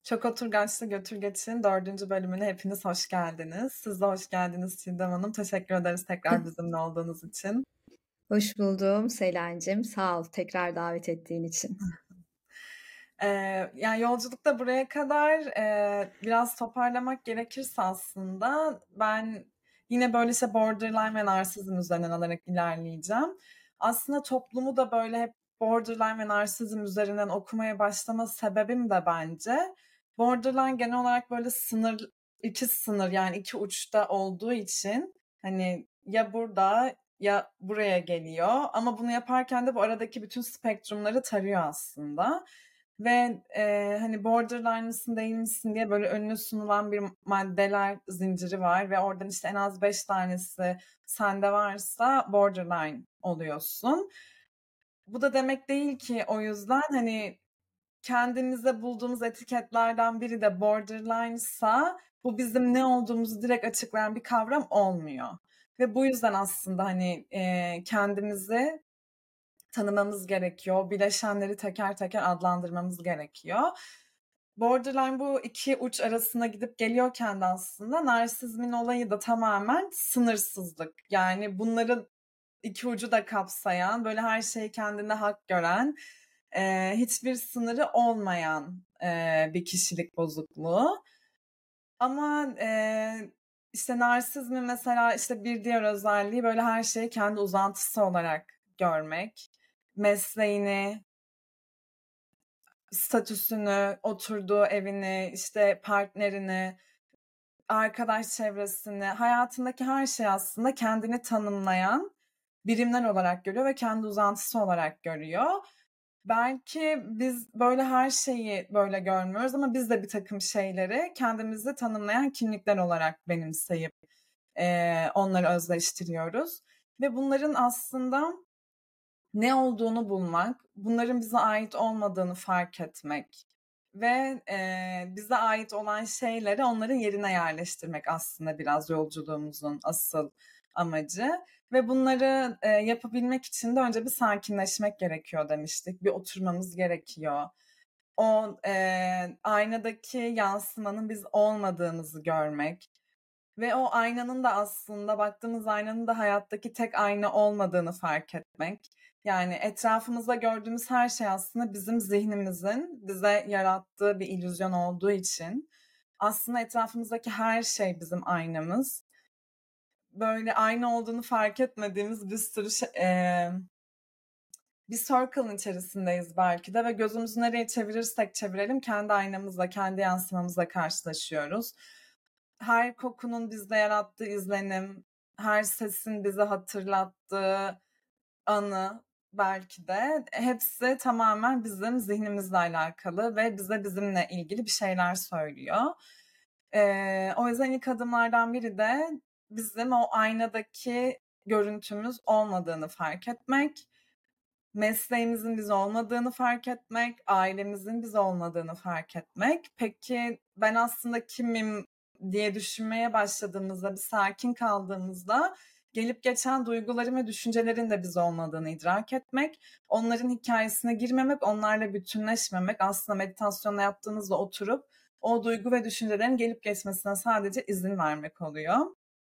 Çok Oturgaçlı Götürgeç'in 4. bölümüne hepiniz hoş geldiniz. Siz de hoş geldiniz Çiğdem Hanım. Teşekkür ederiz tekrar bizimle olduğunuz için. Hoş buldum Seylancığım. Sağ ol tekrar davet ettiğin için. Yani yolculukta buraya kadar biraz toparlamak gerekirse aslında ben yine böyle işte borderline ve narsizm üzerinden alarak ilerleyeceğim. Aslında toplumu da böyle hep borderline ve narsizm üzerinden okumaya başlama sebebim de bence borderline genel olarak böyle iki sınır yani iki uçta olduğu için hani ya burada ya buraya geliyor ama bunu yaparken de bu aradaki bütün spektrumları tarıyor aslında. Ve hani borderline mısın değil misin diye böyle önüne sunulan bir maddeler zinciri var ve oradan işte en az 5 tanesi sende varsa borderline oluyorsun. Bu da demek değil ki o yüzden hani kendimize bulduğumuz etiketlerden biri de borderline'sa bu bizim ne olduğumuzu direkt açıklayan bir kavram olmuyor. Ve bu yüzden aslında hani kendimizi tanımamız gerekiyor. Bileşenleri teker teker adlandırmamız gerekiyor. Borderline bu iki uç arasına gidip geliyorken de aslında narsizmin olayı da tamamen sınırsızlık. Yani bunların iki ucu da kapsayan, böyle her şeyi kendine hak gören, hiçbir sınırı olmayan bir kişilik bozukluğu. Ama işte narsizmin mesela işte bir diğer özelliği böyle her şeyi kendi uzantısı olarak görmek. Mesleğini, statüsünü, oturduğu evini, işte partnerini, arkadaş çevresini, hayatındaki her şey aslında kendini tanımlayan birimler olarak görüyor ve kendi uzantısı olarak görüyor. Belki biz böyle her şeyi böyle görmüyoruz ama biz de bir takım şeyleri kendimizi tanımlayan kimlikler olarak benimseyip onları özleştiriyoruz. Ve bunların aslında ne olduğunu bulmak, bunların bize ait olmadığını fark etmek ve bize ait olan şeyleri onların yerine yerleştirmek aslında biraz yolculuğumuzun asıl amacı. Ve bunları yapabilmek için de önce bir sakinleşmek gerekiyor demiştik. Bir oturmamız gerekiyor. O aynadaki yansımanın biz olmadığımızı görmek ve o aynanın da aslında baktığımız aynanın da hayattaki tek ayna olmadığını fark etmek. Yani etrafımızda gördüğümüz her şey aslında bizim zihnimizin bize yarattığı bir illüzyon olduğu için aslında etrafımızdaki her şey bizim aynamız. Böyle ayna olduğunu fark etmediğimiz bir sürü bir circle'ın içerisindeyiz belki de ve gözümüzü nereye çevirirsek çevirelim kendi aynamızla, kendi yansımamızla karşılaşıyoruz. Her kokunun bizde yarattığı izlenim, her sesin bize hatırlattığı anı belki de hepsi tamamen bizim zihnimizle alakalı ve bize bizimle ilgili bir şeyler söylüyor. O yüzden ilk adımlardan biri de bizim o aynadaki görüntümüz olmadığını fark etmek, mesleğimizin biz olmadığını fark etmek, ailemizin biz olmadığını fark etmek. Peki ben aslında kimim diye düşünmeye başladığımızda, bir sakin kaldığımızda gelip geçen duyguların ve düşüncelerin de biz olmadığını idrak etmek, onların hikayesine girmemek, onlarla bütünleşmemek, aslında meditasyonda yaptığımızda oturup o duygu ve düşüncelerin gelip geçmesine sadece izin vermek oluyor.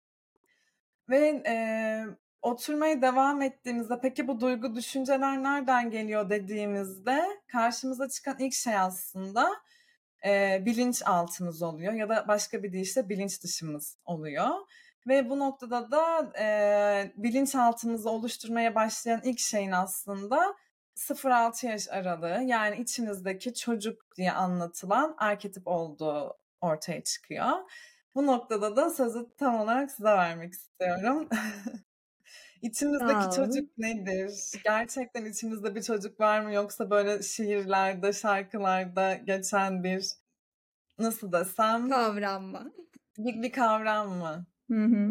Ve oturmaya devam ettiğimizde peki bu duygu düşünceler nereden geliyor dediğimizde karşımıza çıkan ilk şey aslında bilinçaltımız oluyor ya da başka bir deyişle bilinç dışımız oluyor. Ve bu noktada da bilinçaltımızı oluşturmaya başlayan ilk şeyin aslında 0-6 yaş aralığı yani içimizdeki çocuk diye anlatılan arketip olduğu ortaya çıkıyor. Bu noktada da sözü tam olarak size vermek istiyorum. İçimizdeki Sağ ol. çocuk nedir? Gerçekten içimizde bir çocuk var mı yoksa böyle şiirlerde, şarkılarda geçen bir nasıl desem Kavranma. bir kavram mı? Hı hı.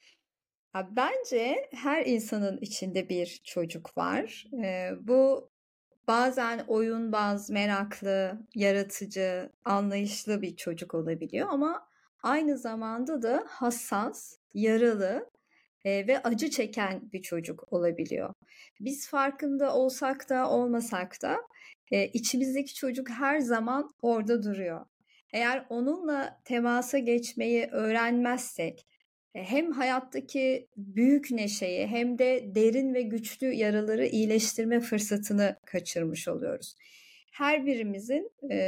Bence her insanın içinde bir çocuk var. Bu bazen oyunbaz, meraklı, yaratıcı, anlayışlı bir çocuk olabiliyor ama aynı zamanda da hassas, yaralı ve acı çeken bir çocuk olabiliyor. Biz farkında olsak da olmasak da içimizdeki çocuk her zaman orada duruyor. Eğer onunla temasa geçmeyi öğrenmezsek, hem hayattaki büyük neşeyi hem de derin ve güçlü yaraları iyileştirme fırsatını kaçırmış oluyoruz. Her birimizin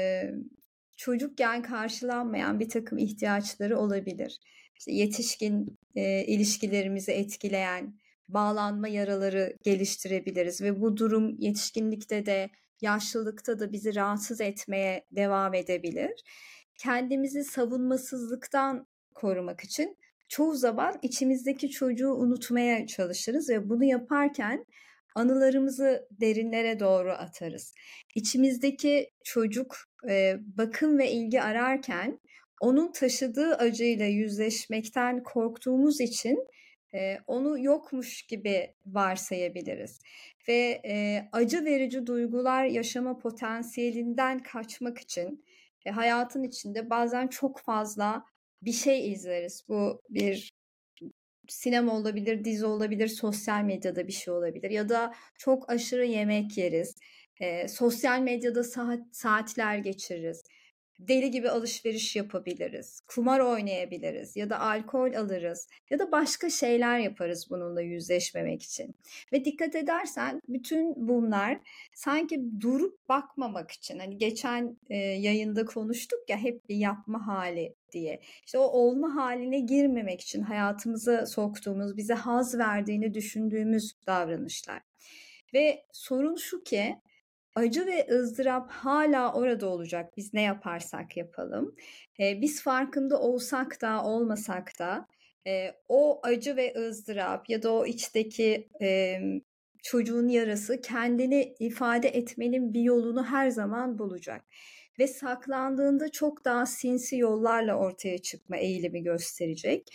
çocukken karşılanmayan bir takım ihtiyaçları olabilir. İşte yetişkin ilişkilerimizi etkileyen bağlanma yaraları geliştirebiliriz ve bu durum yetişkinlikte de yaşlılıkta da bizi rahatsız etmeye devam edebilir. Kendimizi savunmasızlıktan korumak için çoğu zaman içimizdeki çocuğu unutmaya çalışırız ve bunu yaparken anılarımızı derinlere doğru atarız. İçimizdeki çocuk bakım ve ilgi ararken onun taşıdığı acıyla yüzleşmekten korktuğumuz için onu yokmuş gibi varsayabiliriz. Ve acı verici duygular yaşama potansiyelinden kaçmak için hayatın içinde bazen çok fazla bir şey izleriz. Bu bir sinema olabilir, dizi olabilir, sosyal medyada bir şey olabilir ya da çok aşırı yemek yeriz. Sosyal medyada saatler geçiririz. Deli gibi alışveriş yapabiliriz. Kumar oynayabiliriz ya da alkol alırız ya da başka şeyler yaparız bununla yüzleşmemek için. Ve dikkat edersen bütün bunlar sanki durup bakmamak için, hani geçen yayında konuştuk ya, hep bir yapma hali diye. İşte o olma haline girmemek için hayatımıza soktuğumuz, bize haz verdiğini düşündüğümüz davranışlar. Ve sorun şu ki acı ve ızdırap hala orada olacak biz ne yaparsak yapalım. Biz farkında olsak da olmasak da o acı ve ızdırap ya da o içteki çocuğun yarası kendini ifade etmenin bir yolunu her zaman bulacak. Ve saklandığında çok daha sinsi yollarla ortaya çıkma eğilimi gösterecek.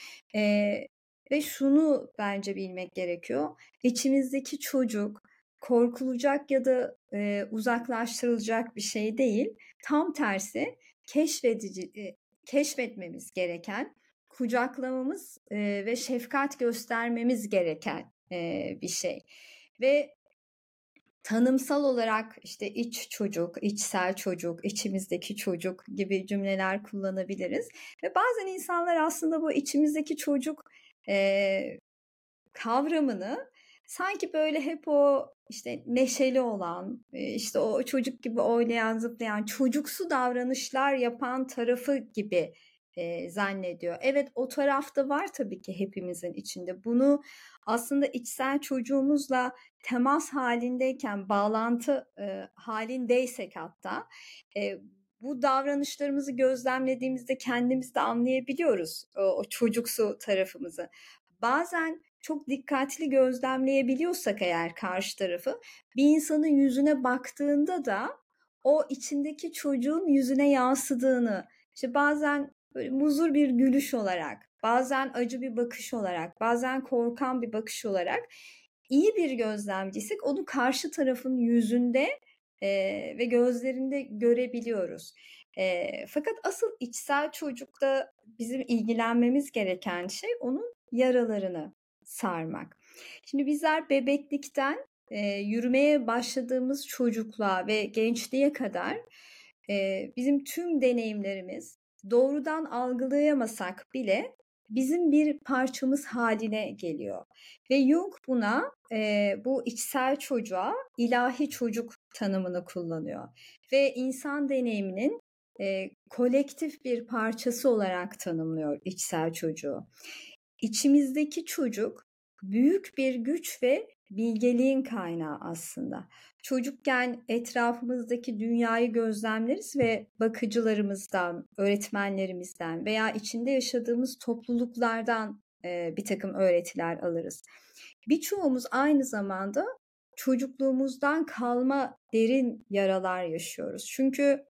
Ve şunu bence bilmek gerekiyor. İçimizdeki çocuk korkulacak ya da uzaklaştırılacak bir şey değil. Tam tersi keşfetmemiz gereken, kucaklamamız ve şefkat göstermemiz gereken bir şey. Ve tanımsal olarak işte iç çocuk, içsel çocuk, içimizdeki çocuk gibi cümleler kullanabiliriz. Ve bazen insanlar aslında bu içimizdeki çocuk kavramını sanki böyle hep o işte neşeli olan, işte o çocuk gibi oynayan, zıplayan, çocuksu davranışlar yapan tarafı gibi zannediyor. Evet, o tarafta var tabii ki hepimizin içinde. Bunu aslında içsel çocuğumuzla temas halindeyken, bağlantı halindeysek hatta bu davranışlarımızı gözlemlediğimizde kendimiz de anlayabiliyoruz o çocuksu tarafımızı. Bazen çok dikkatli gözlemleyebiliyorsak eğer karşı tarafı, bir insanın yüzüne baktığında da o içindeki çocuğun yüzüne yansıdığını, işte bazen böyle muzur bir gülüş olarak, bazen acı bir bakış olarak, bazen korkan bir bakış olarak, iyi bir gözlemciysek onu karşı tarafın yüzünde ve gözlerinde görebiliyoruz. Fakat asıl içsel çocukta bizim ilgilenmemiz gereken şey onun yaralarını sarmak. Şimdi bizler bebeklikten yürümeye başladığımız çocukluğa ve gençliğe kadar bizim tüm deneyimlerimiz doğrudan algılayamasak bile bizim bir parçamız haline geliyor. Ve Jung buna bu içsel çocuğa ilahi çocuk tanımını kullanıyor. Ve insan deneyiminin kolektif bir parçası olarak tanımlıyor içsel çocuğu. İçimizdeki çocuk büyük bir güç ve bilgeliğin kaynağı aslında. Çocukken etrafımızdaki dünyayı gözlemleriz ve bakıcılarımızdan, öğretmenlerimizden veya içinde yaşadığımız topluluklardan bir takım öğretiler alırız. Birçoğumuz aynı zamanda çocukluğumuzdan kalma derin yaralar yaşıyoruz. Çünkü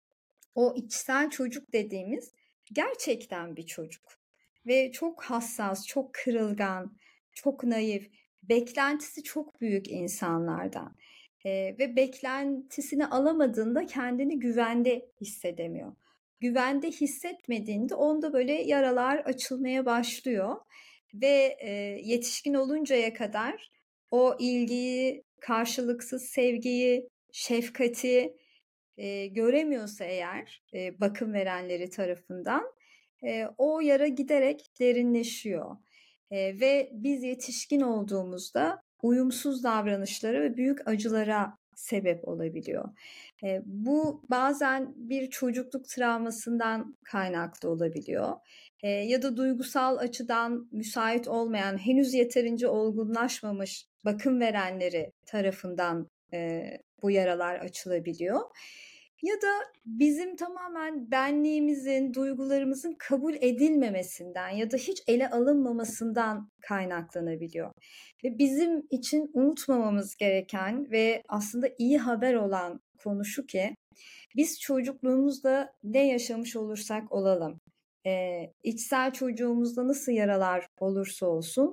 o içsel çocuk dediğimiz gerçekten bir çocuk ve çok hassas, çok kırılgan, çok naif, beklentisi çok büyük insanlardan. Ve beklentisini alamadığında kendini güvende hissedemiyor. Güvende hissetmediğinde onda böyle yaralar açılmaya başlıyor ve yetişkin oluncaya kadar o ilgiyi, karşılıksız sevgiyi, şefkati göremiyorsa eğer bakım verenleri tarafından o yara giderek derinleşiyor. Ve biz yetişkin olduğumuzda uyumsuz davranışlara ve büyük acılara sebep olabiliyor. Bu bazen bir çocukluk travmasından kaynaklı olabiliyor. Ya da duygusal açıdan müsait olmayan, henüz yeterince olgunlaşmamış bakım verenleri tarafından bu yaralar açılabiliyor. Ya da bizim tamamen benliğimizin, duygularımızın kabul edilmemesinden ya da hiç ele alınmamasından kaynaklanabiliyor. Ve bizim için unutmamamız gereken ve aslında iyi haber olan konu şu ki, biz çocukluğumuzda ne yaşamış olursak olalım, içsel çocuğumuzda nasıl yaralar olursa olsun,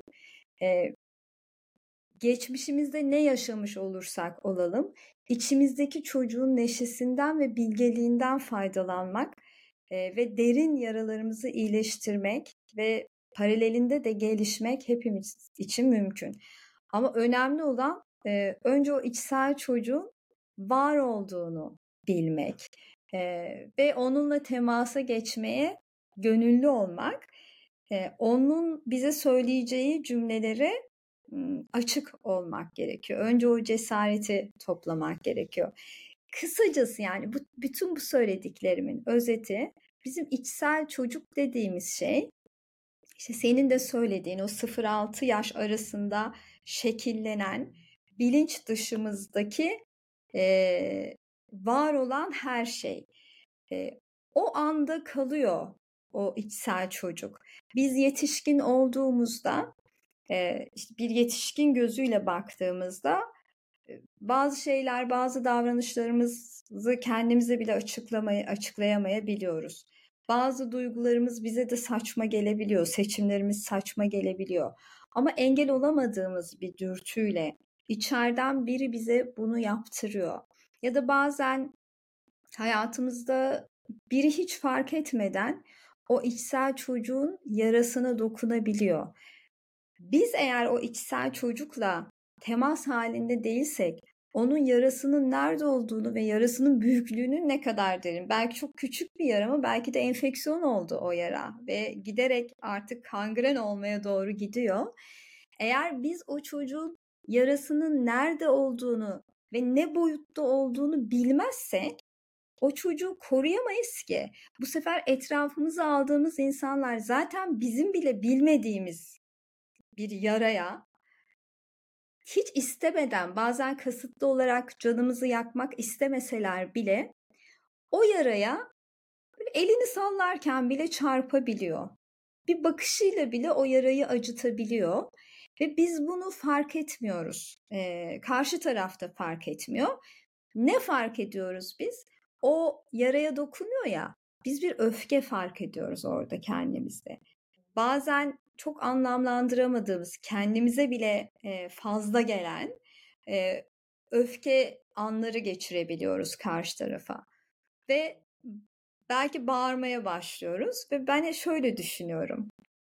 geçmişimizde ne yaşamış olursak olalım, içimizdeki çocuğun neşesinden ve bilgeliğinden faydalanmak ve derin yaralarımızı iyileştirmek ve paralelinde de gelişmek hepimiz için mümkün. Ama önemli olan önce o içsel çocuğun var olduğunu bilmek ve onunla temasa geçmeye gönüllü olmak, onun bize söyleyeceği cümlelere açık olmak gerekiyor. Önce o cesareti toplamak gerekiyor. Kısacası yani bütün bu söylediklerimin özeti, bizim içsel çocuk dediğimiz şey, işte senin de söylediğin o 0-6 yaş arasında şekillenen bilinç dışımızdaki var olan her şey. O anda kalıyor o içsel çocuk. Biz yetişkin olduğumuzda, işte bir yetişkin gözüyle baktığımızda bazı şeyler, bazı davranışlarımızı kendimize bile açıklayamayabiliyoruz. Bazı duygularımız bize de saçma gelebiliyor, seçimlerimiz saçma gelebiliyor. Ama engel olamadığımız bir dürtüyle içeriden biri bize bunu yaptırıyor. Ya da bazen hayatımızda biri hiç fark etmeden o içsel çocuğun yarasına dokunabiliyor. Biz eğer o içsel çocukla temas halinde değilsek, onun yarasının nerede olduğunu ve yarasının büyüklüğünün ne kadar derin, belki çok küçük bir yara ama belki de enfeksiyon oldu o yara ve giderek artık kangren olmaya doğru gidiyor. Eğer biz o çocuğun yarasının nerede olduğunu ve ne boyutta olduğunu bilmezsek, o çocuğu koruyamayız ki. Bu sefer etrafımıza aldığımız insanlar zaten bizim bile bilmediğimiz bir yaraya hiç istemeden, bazen kasıtlı olarak canımızı yakmak istemeseler bile o yaraya elini sallarken bile çarpabiliyor. Bir bakışıyla bile o yarayı acıtabiliyor ve biz bunu fark etmiyoruz. Karşı tarafta fark etmiyor. Ne fark ediyoruz biz? O yaraya dokunuyor ya, biz bir öfke fark ediyoruz orada kendimizde. Bazen çok anlamlandıramadığımız, kendimize bile fazla gelen öfke anları geçirebiliyoruz karşı tarafa. Ve belki bağırmaya başlıyoruz ve ben şöyle düşünüyorum.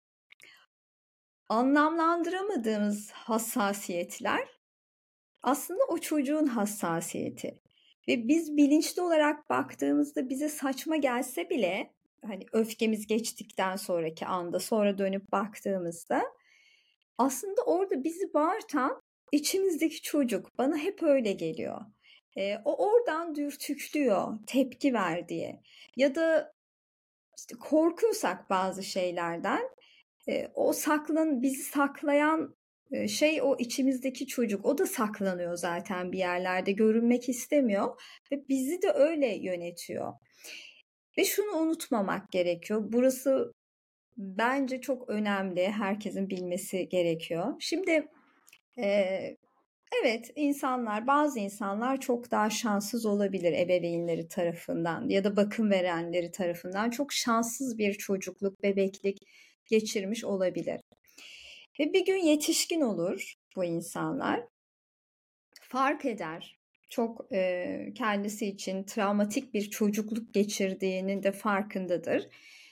Anlamlandıramadığımız hassasiyetler aslında o çocuğun hassasiyeti. Ve biz bilinçli olarak baktığımızda bize saçma gelse bile, hani öfkemiz geçtikten sonraki anda, sonra dönüp baktığımızda aslında orada bizi bağırtan içimizdeki çocuk. Bana hep öyle geliyor. O oradan dürtüklüyor, tepki ver diye. Ya da işte korkuyorsak bazı şeylerden, o bizi saklayan şey o içimizdeki çocuk. O da saklanıyor zaten bir yerlerde, görünmek istemiyor ve bizi de öyle yönetiyor. Ve şunu unutmamak gerekiyor. Burası bence çok önemli. Herkesin bilmesi gerekiyor. Şimdi evet, bazı insanlar çok daha şanssız olabilir ebeveynleri tarafından ya da bakım verenleri tarafından çok şanssız bir çocukluk, bebeklik geçirmiş olabilir. Ve bir gün yetişkin olur bu insanlar, fark eder. Çok kendisi için travmatik bir çocukluk geçirdiğinin de farkındadır.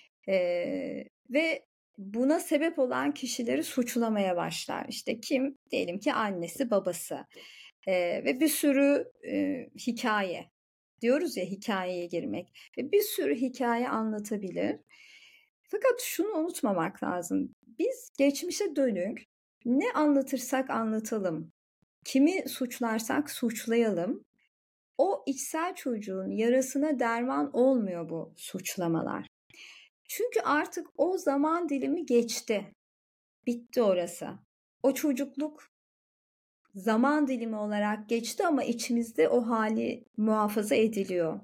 Ve buna sebep olan kişileri suçlamaya başlar. İşte kim? Diyelim ki annesi, babası ve bir sürü hikaye. diyoruz ya, hikayeye girmek. Ve bir sürü hikaye anlatabilir. Fakat şunu unutmamak lazım. Biz geçmişe dönük ne anlatırsak anlatalım, kimi suçlarsak suçlayalım, o içsel çocuğun yarasına derman olmuyor bu suçlamalar. Çünkü artık o zaman dilimi geçti. Bitti orası. O çocukluk zaman dilimi olarak geçti ama içimizde o hali muhafaza ediliyor.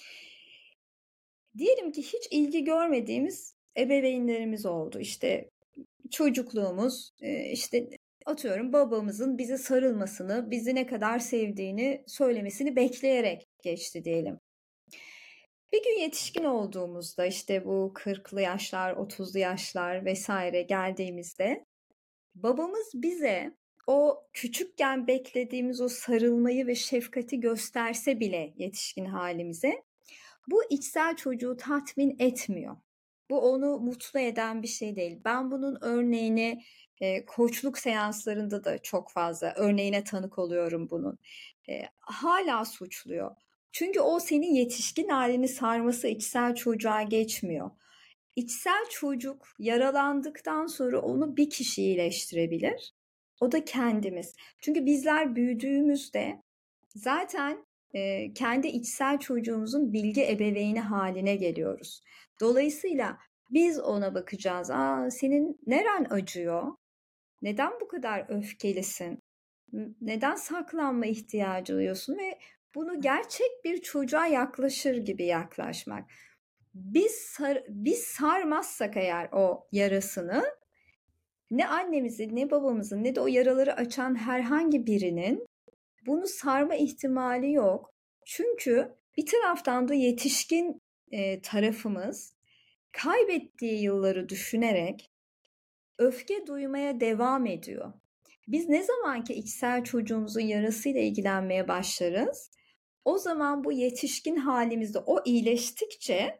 Diyelim ki hiç ilgi görmediğimiz ebeveynlerimiz oldu. İşte çocukluğumuz, işte atıyorum babamızın bize sarılmasını, bizi ne kadar sevdiğini söylemesini bekleyerek geçti diyelim. Bir gün yetişkin olduğumuzda, işte bu 40'lı yaşlar, 30'lu yaşlar vesaire geldiğimizde babamız bize o küçükken beklediğimiz o sarılmayı ve şefkati gösterse bile yetişkin halimize, bu içsel çocuğu tatmin etmiyor. Bu onu mutlu eden bir şey değil. Ben bunun örneğini koçluk seanslarında da çok fazla örneğine tanık oluyorum bunun. Hala suçluyor. Çünkü o senin yetişkin halini sarması içsel çocuğa geçmiyor. İçsel çocuk yaralandıktan sonra onu bir kişi iyileştirebilir. O da kendimiz. Çünkü bizler büyüdüğümüzde zaten kendi içsel çocuğumuzun bilge ebeveyni haline geliyoruz. Dolayısıyla biz ona bakacağız. Aa, senin neren acıyor? Neden bu kadar öfkelisin? Neden saklanma ihtiyacı duyuyorsun? Ve bunu gerçek bir çocuğa yaklaşır gibi yaklaşmak. Biz sarmazsak eğer o yarasını, ne annemizin, ne babamızın, ne de o yaraları açan herhangi birinin bunu sarma ihtimali yok. Çünkü bir taraftan da yetişkin tarafımız kaybettiği yılları düşünerek öfke duymaya devam ediyor. Biz ne zaman ki içsel çocuğumuzun yarasıyla ilgilenmeye başlarız, o zaman bu yetişkin halimizde o iyileştikçe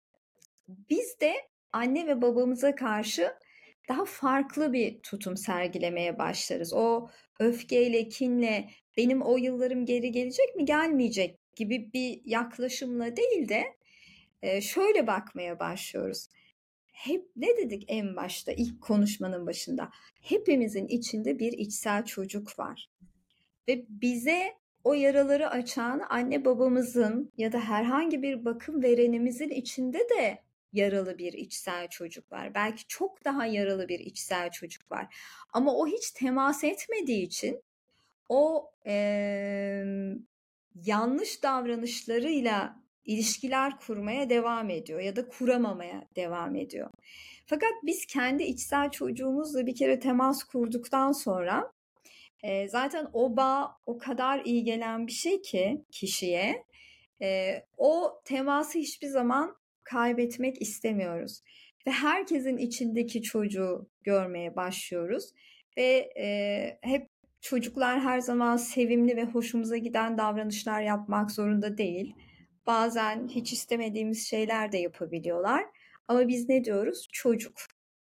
biz de anne ve babamıza karşı daha farklı bir tutum sergilemeye başlarız. O öfkeyle, kinle benim o yıllarım geri gelecek mi, gelmeyecek gibi bir yaklaşımla değil de şöyle bakmaya başlıyoruz. Hep ne dedik en başta, ilk konuşmanın başında? Hepimizin içinde bir içsel çocuk var. Ve bize o yaraları açan anne babamızın ya da herhangi bir bakım verenimizin içinde de yaralı bir içsel çocuk var. Belki çok daha yaralı bir içsel çocuk var. Ama o hiç temas etmediği için o yanlış davranışlarıyla ilişkiler kurmaya devam ediyor ya da kuramamaya devam ediyor. Fakat biz kendi içsel çocuğumuzla bir kere temas kurduktan sonra zaten o bağ o kadar iyi gelen bir şey ki kişiye, o teması hiçbir zaman kaybetmek istemiyoruz. Ve herkesin içindeki çocuğu görmeye başlıyoruz. Ve hep çocuklar her zaman sevimli ve hoşumuza giden davranışlar yapmak zorunda değil. Bazen hiç istemediğimiz şeyler de yapabiliyorlar. Ama biz ne diyoruz? Çocuk.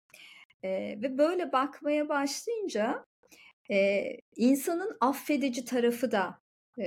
Ve böyle bakmaya başlayınca insanın affedici tarafı da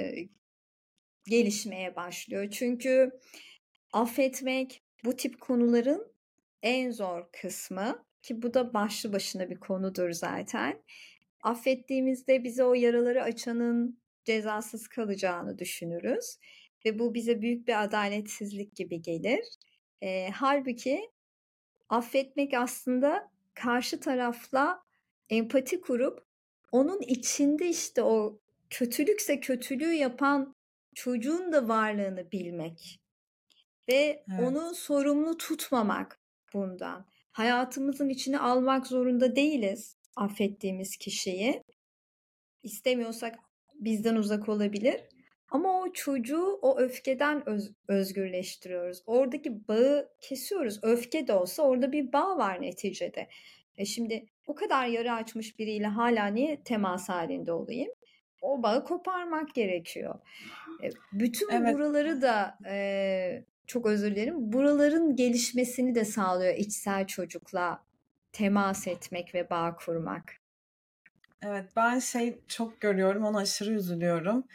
gelişmeye başlıyor. Çünkü affetmek bu tip konuların en zor kısmı, ki bu da başlı başına bir konudur zaten. Affettiğimizde bize o yaraları açanın cezasız kalacağını düşünürüz ve bu bize büyük bir adaletsizlik gibi gelir. Halbuki affetmek aslında karşı tarafla empati kurup onun içinde işte o kötülükse kötülüğü yapan çocuğun da varlığını bilmek ve Evet. onu sorumlu tutmamak bundan. Hayatımızın içine almak zorunda değiliz affettiğimiz kişiyi. İstemiyorsak bizden uzak olabilir. Ama o çocuğu o öfkeden özgürleştiriyoruz. Oradaki bağı kesiyoruz. Öfke de olsa orada bir bağ var neticede. Şimdi o kadar yara açmış biriyle hala niye temas halinde olayım? O bağı koparmak gerekiyor. Bütün Evet. buraları da çok özür dilerim. Buraların gelişmesini de sağlıyor içsel çocukla temas etmek ve bağ kurmak. Evet, ben çok görüyorum, ona aşırı üzülüyorum.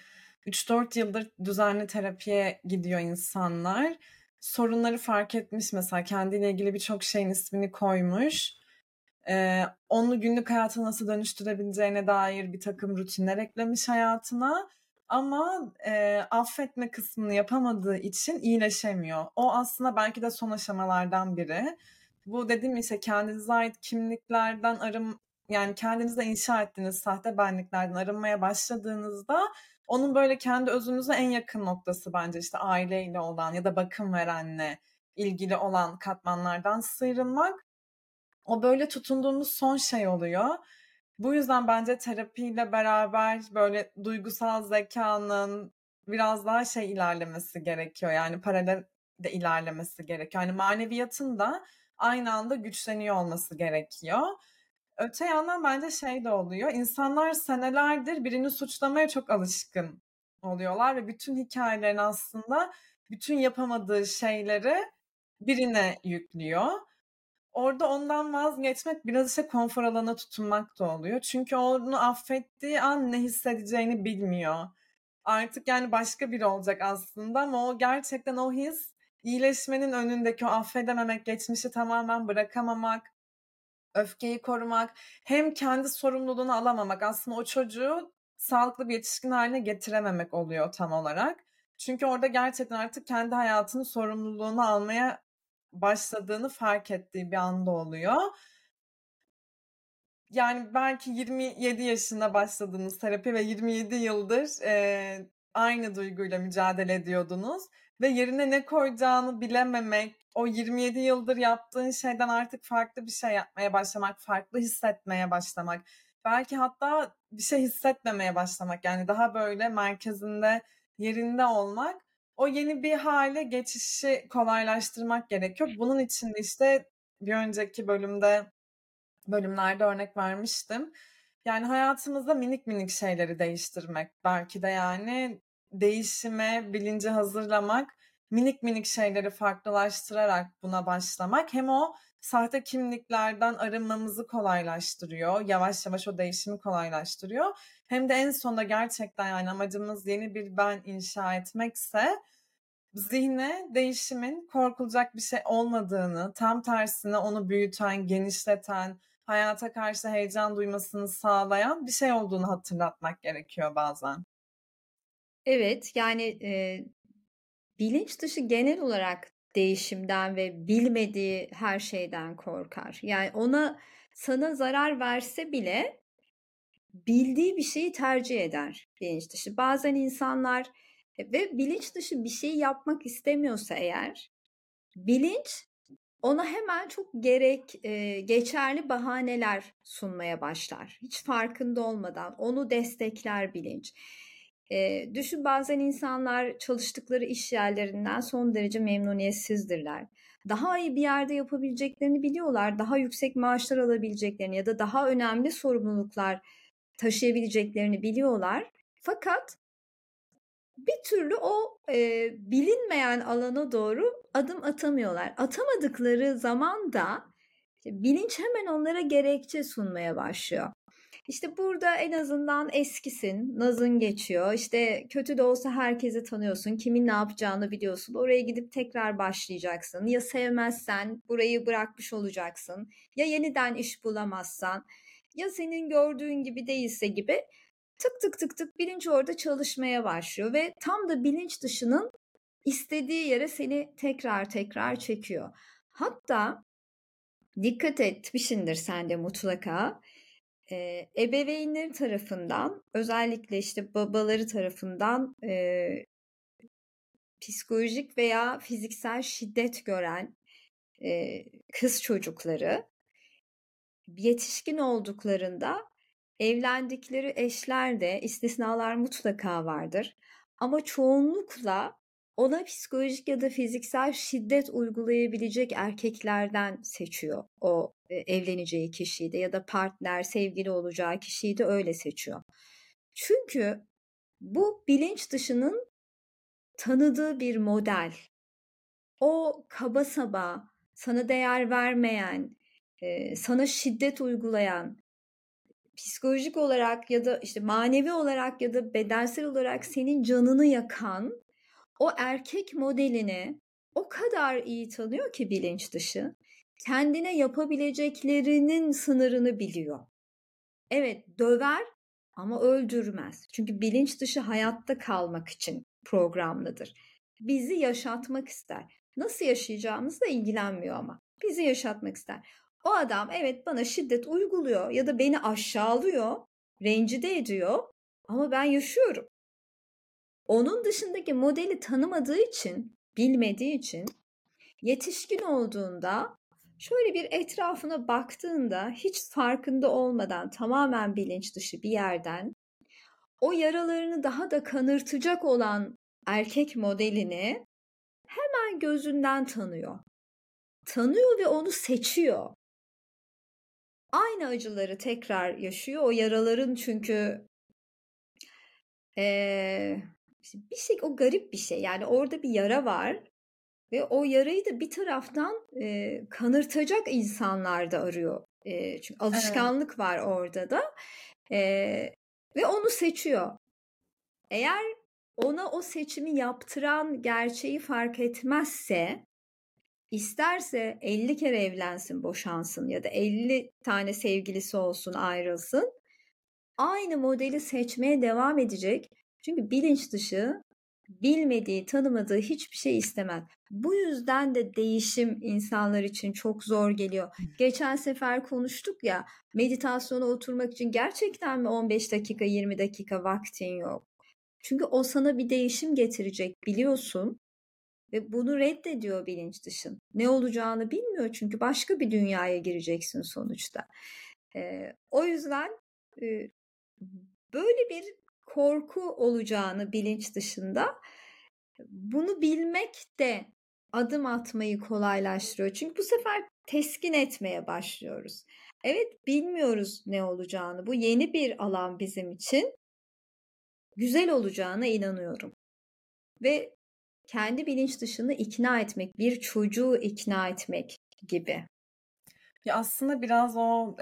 3-4 yıldır düzenli terapiye gidiyor insanlar. Sorunları fark etmiş mesela kendiyle ilgili birçok şeyin ismini koymuş. Onu günlük hayatına nasıl dönüştürebileceğine dair bir takım rutinler eklemiş hayatına. Ama affetme kısmını yapamadığı için iyileşemiyor. O aslında belki de son aşamalardan biri. Bu dediğim işte kendinize ait kimliklerden yani kendinize inşa ettiğiniz sahte benliklerden arınmaya başladığınızda onun böyle kendi özünüze en yakın noktası bence işte aileyle olan ya da bakım verenle ilgili olan katmanlardan sıyrılmak. O böyle tutunduğumuz son şey oluyor. Bu yüzden bence terapiyle beraber böyle duygusal zekanın biraz daha ilerlemesi gerekiyor. Yani paralel de ilerlemesi gerekiyor. Yani maneviyatın da aynı anda güçleniyor olması gerekiyor. Öte yandan bence de oluyor. İnsanlar senelerdir birini suçlamaya çok alışkın oluyorlar ve bütün hikayelerini aslında bütün yapamadığı şeyleri birine yüklüyor. Orada ondan vazgeçmek biraz konfor alanına tutunmak da oluyor. Çünkü onu affettiği an ne hissedeceğini bilmiyor. Artık yani başka biri olacak aslında ama o gerçekten o his iyileşmenin önündeki o affedememek, geçmişi tamamen bırakamamak, öfkeyi korumak, hem kendi sorumluluğunu alamamak, aslında o çocuğu sağlıklı bir yetişkin haline getirememek oluyor tam olarak. Çünkü orada gerçekten artık kendi hayatının sorumluluğunu almaya başladığını fark ettiği bir anda oluyor. Yani belki 27 yaşında başladınız terapi ve 27 yıldır aynı duyguyla mücadele ediyordunuz ve yerine ne koyacağını bilememek, o 27 yıldır yaptığın şeyden artık farklı bir şey yapmaya başlamak, farklı hissetmeye başlamak, belki hatta bir şey hissetmemeye başlamak, yani daha böyle merkezinde, yerinde olmak, o yeni bir hale geçişi kolaylaştırmak gerekiyor. Bunun için de işte bir önceki bölümlerde örnek vermiştim. Yani hayatımızda minik minik şeyleri değiştirmek, belki de yani değişime, bilinci hazırlamak, minik minik şeyleri farklılaştırarak buna başlamak hem o sahte kimliklerden arınmamızı kolaylaştırıyor, yavaş yavaş o değişimi kolaylaştırıyor. Hem de en sonunda gerçekten yani amacımız yeni bir ben inşa etmekse zihne değişimin korkulacak bir şey olmadığını, tam tersine onu büyüten, genişleten, hayata karşı heyecan duymasını sağlayan bir şey olduğunu hatırlatmak gerekiyor bazen. Evet, yani bilinç dışı genel olarak değişimden ve bilmediği her şeyden korkar. Yani sana zarar verse bile bildiği bir şeyi tercih eder bilinç dışı. Bazen insanlar ve bilinç dışı bir şey yapmak istemiyorsa eğer bilinç ona hemen çok geçerli bahaneler sunmaya başlar. Hiç farkında olmadan onu destekler bilinç. Düşün, bazen insanlar çalıştıkları iş yerlerinden son derece memnuniyetsizdirler. Daha iyi bir yerde yapabileceklerini biliyorlar, daha yüksek maaşlar alabileceklerini ya da daha önemli sorumluluklar taşıyabileceklerini biliyorlar. Fakat bir türlü o bilinmeyen alana doğru adım atamıyorlar. Atamadıkları zaman da bilinç hemen onlara gerekçe sunmaya başlıyor. İşte burada en azından eskisin, nazın geçiyor. İşte kötü de olsa herkesi tanıyorsun, kimin ne yapacağını biliyorsun. Oraya gidip tekrar başlayacaksın. Ya sevmezsen burayı bırakmış olacaksın. Ya yeniden iş bulamazsan, ya senin gördüğün gibi değilse gibi tık tık tık tık bilinç orada çalışmaya başlıyor ve tam da bilinç dışının istediği yere seni tekrar tekrar çekiyor. Hatta dikkat etmişsindir sen de mutlaka. Ebeveynleri tarafından, özellikle işte babaları tarafından psikolojik veya fiziksel şiddet gören kız çocukları yetişkin olduklarında evlendikleri eşler de, istisnalar mutlaka vardır, ama çoğunlukla ona psikolojik ya da fiziksel şiddet uygulayabilecek erkeklerden seçiyor o evleneceği kişiyi de, ya da partner, sevgili olacağı kişiyi de öyle seçiyor. Çünkü bu bilinç dışının tanıdığı bir model. O kaba saba, sana değer vermeyen, sana şiddet uygulayan psikolojik olarak ya da işte manevi olarak ya da bedensel olarak senin canını yakan o erkek modelini o kadar iyi tanıyor ki bilinç dışı, kendine yapabileceklerinin sınırını biliyor. Evet, döver ama öldürmez. Çünkü bilinç dışı hayatta kalmak için programlıdır. Bizi yaşatmak ister. Nasıl yaşayacağımızla ilgilenmiyor ama. Bizi yaşatmak ister. O adam evet bana şiddet uyguluyor ya da beni aşağılıyor, rencide ediyor ama ben yaşıyorum. Onun dışındaki modeli tanımadığı için, bilmediği için yetişkin olduğunda şöyle bir etrafına baktığında hiç farkında olmadan tamamen bilinç dışı bir yerden o yaralarını daha da kanırtacak olan erkek modelini hemen gözünden tanıyor. Tanıyor ve onu seçiyor. Aynı acıları tekrar yaşıyor. O yaraların çünkü bir şey, o garip bir şey. Yani orada bir yara var. Ve o yarayı da bir taraftan kanırtacak insanlar da arıyor. Çünkü Evet. alışkanlık var orada da. Ve onu seçiyor. Eğer ona o seçimi yaptıran gerçeği fark etmezse, isterse 50 kere evlensin, boşansın ya da 50 tane sevgilisi olsun, ayrılsın, aynı modeli seçmeye devam edecek. Çünkü bilinç dışı bilmediği, tanımadığı hiçbir şey istemez. Bu yüzden de değişim insanlar için çok zor geliyor. Geçen sefer konuştuk ya, meditasyona oturmak için gerçekten mi 15 dakika, 20 dakika vaktin yok? Çünkü o sana bir değişim getirecek, biliyorsun ve bunu reddediyor bilinç dışın. Ne olacağını bilmiyor çünkü başka bir dünyaya gireceksin sonuçta. O yüzden e, böyle bir korku olacağını bilinç dışında, bunu bilmek de adım atmayı kolaylaştırıyor. Çünkü bu sefer teskin etmeye başlıyoruz. Evet, bilmiyoruz ne olacağını. Bu yeni bir alan bizim için. Güzel olacağına inanıyorum. Ve kendi bilinç dışını ikna etmek, bir çocuğu ikna etmek gibi. Ya aslında biraz o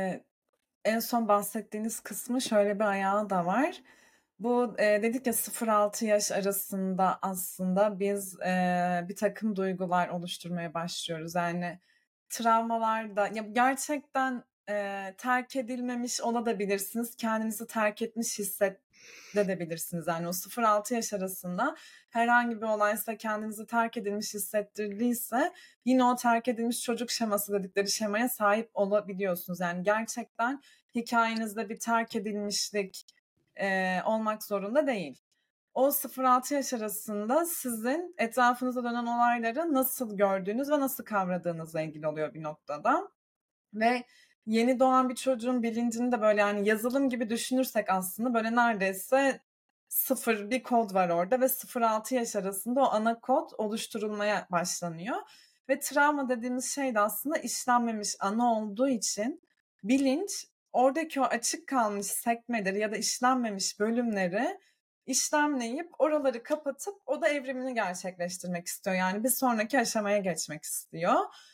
en son bahsettiğiniz kısmı şöyle bir ayağı da var. Bu dedik ya 0-6 yaş arasında aslında biz bir takım duygular oluşturmaya başlıyoruz. Yani travmalarda ya gerçekten terk edilmemiş olabilirsiniz. Kendinizi terk etmiş hissedebilirsiniz. Yani o 0-6 yaş arasında herhangi bir olay size kendinizi terk edilmiş hissettirdiyse yine o terk edilmiş çocuk şeması dedikleri şemaya sahip olabiliyorsunuz. Yani gerçekten hikayenizde bir terk edilmişlik olmak zorunda değil. O 0-6 yaş arasında sizin etrafınızda dönen olayları nasıl gördüğünüz ve nasıl kavradığınızla ilgili oluyor bir noktada. Ve yeni doğan bir çocuğun bilincini de böyle yani yazılım gibi düşünürsek aslında böyle neredeyse sıfır bir kod var orada ve 0-6 yaş arasında o ana kod oluşturulmaya başlanıyor. Ve travma dediğimiz şey de aslında işlenmemiş ana olduğu için bilinç oradaki o açık kalmış sekmeleri ya da işlenmemiş bölümleri işlemleyip oraları kapatıp o da evrimini gerçekleştirmek istiyor. Yani bir sonraki aşamaya geçmek istiyor.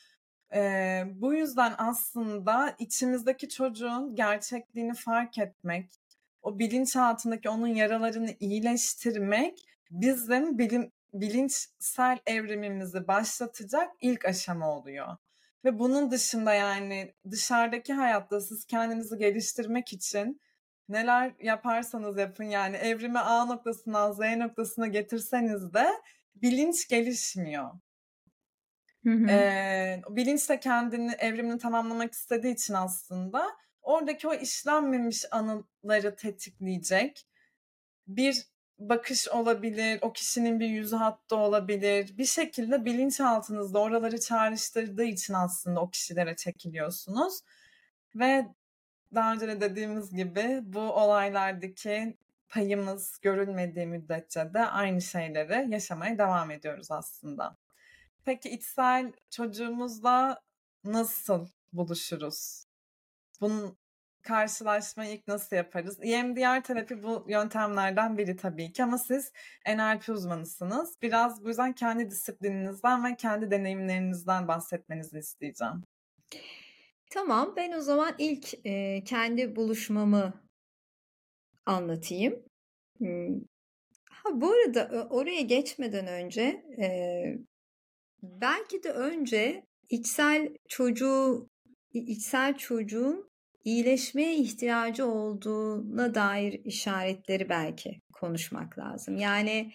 Bu yüzden aslında içimizdeki çocuğun gerçekliğini fark etmek, o bilinçaltındaki onun yaralarını iyileştirmek bizim bilinçsel evrimimizi başlatacak ilk aşama oluyor. Ve bunun dışında yani dışarıdaki hayatta siz kendinizi geliştirmek için neler yaparsanız yapın yani evrimi A noktasından Z noktasına getirseniz de bilinç gelişmiyor. Hı hı. Bilinç de kendini, evrimini tamamlamak istediği için aslında oradaki o işlenmemiş anıları tetikleyecek bir bakış olabilir, o kişinin bir yüz hattı olabilir. Bir şekilde bilinçaltınızda oraları çağrıştırdığı için aslında o kişilere çekiliyorsunuz. Ve daha önce de dediğimiz gibi bu olaylardaki payımız görülmediği müddetçe de aynı şeyleri yaşamaya devam ediyoruz aslında. Peki içsel çocuğumuzla nasıl buluşuruz? Bunun karşılaşmayı ilk nasıl yaparız? EMDR terapi bu yöntemlerden biri tabii ki ama siz NLP uzmanısınız. Biraz bu yüzden kendi disiplininizden ve kendi deneyimlerinizden bahsetmenizi isteyeceğim. Tamam, ben o zaman ilk kendi buluşmamı anlatayım. Hmm, Ha, bu arada oraya geçmeden önce belki de önce içsel çocuğun iyileşmeye ihtiyacı olduğuna dair işaretleri belki konuşmak lazım. Yani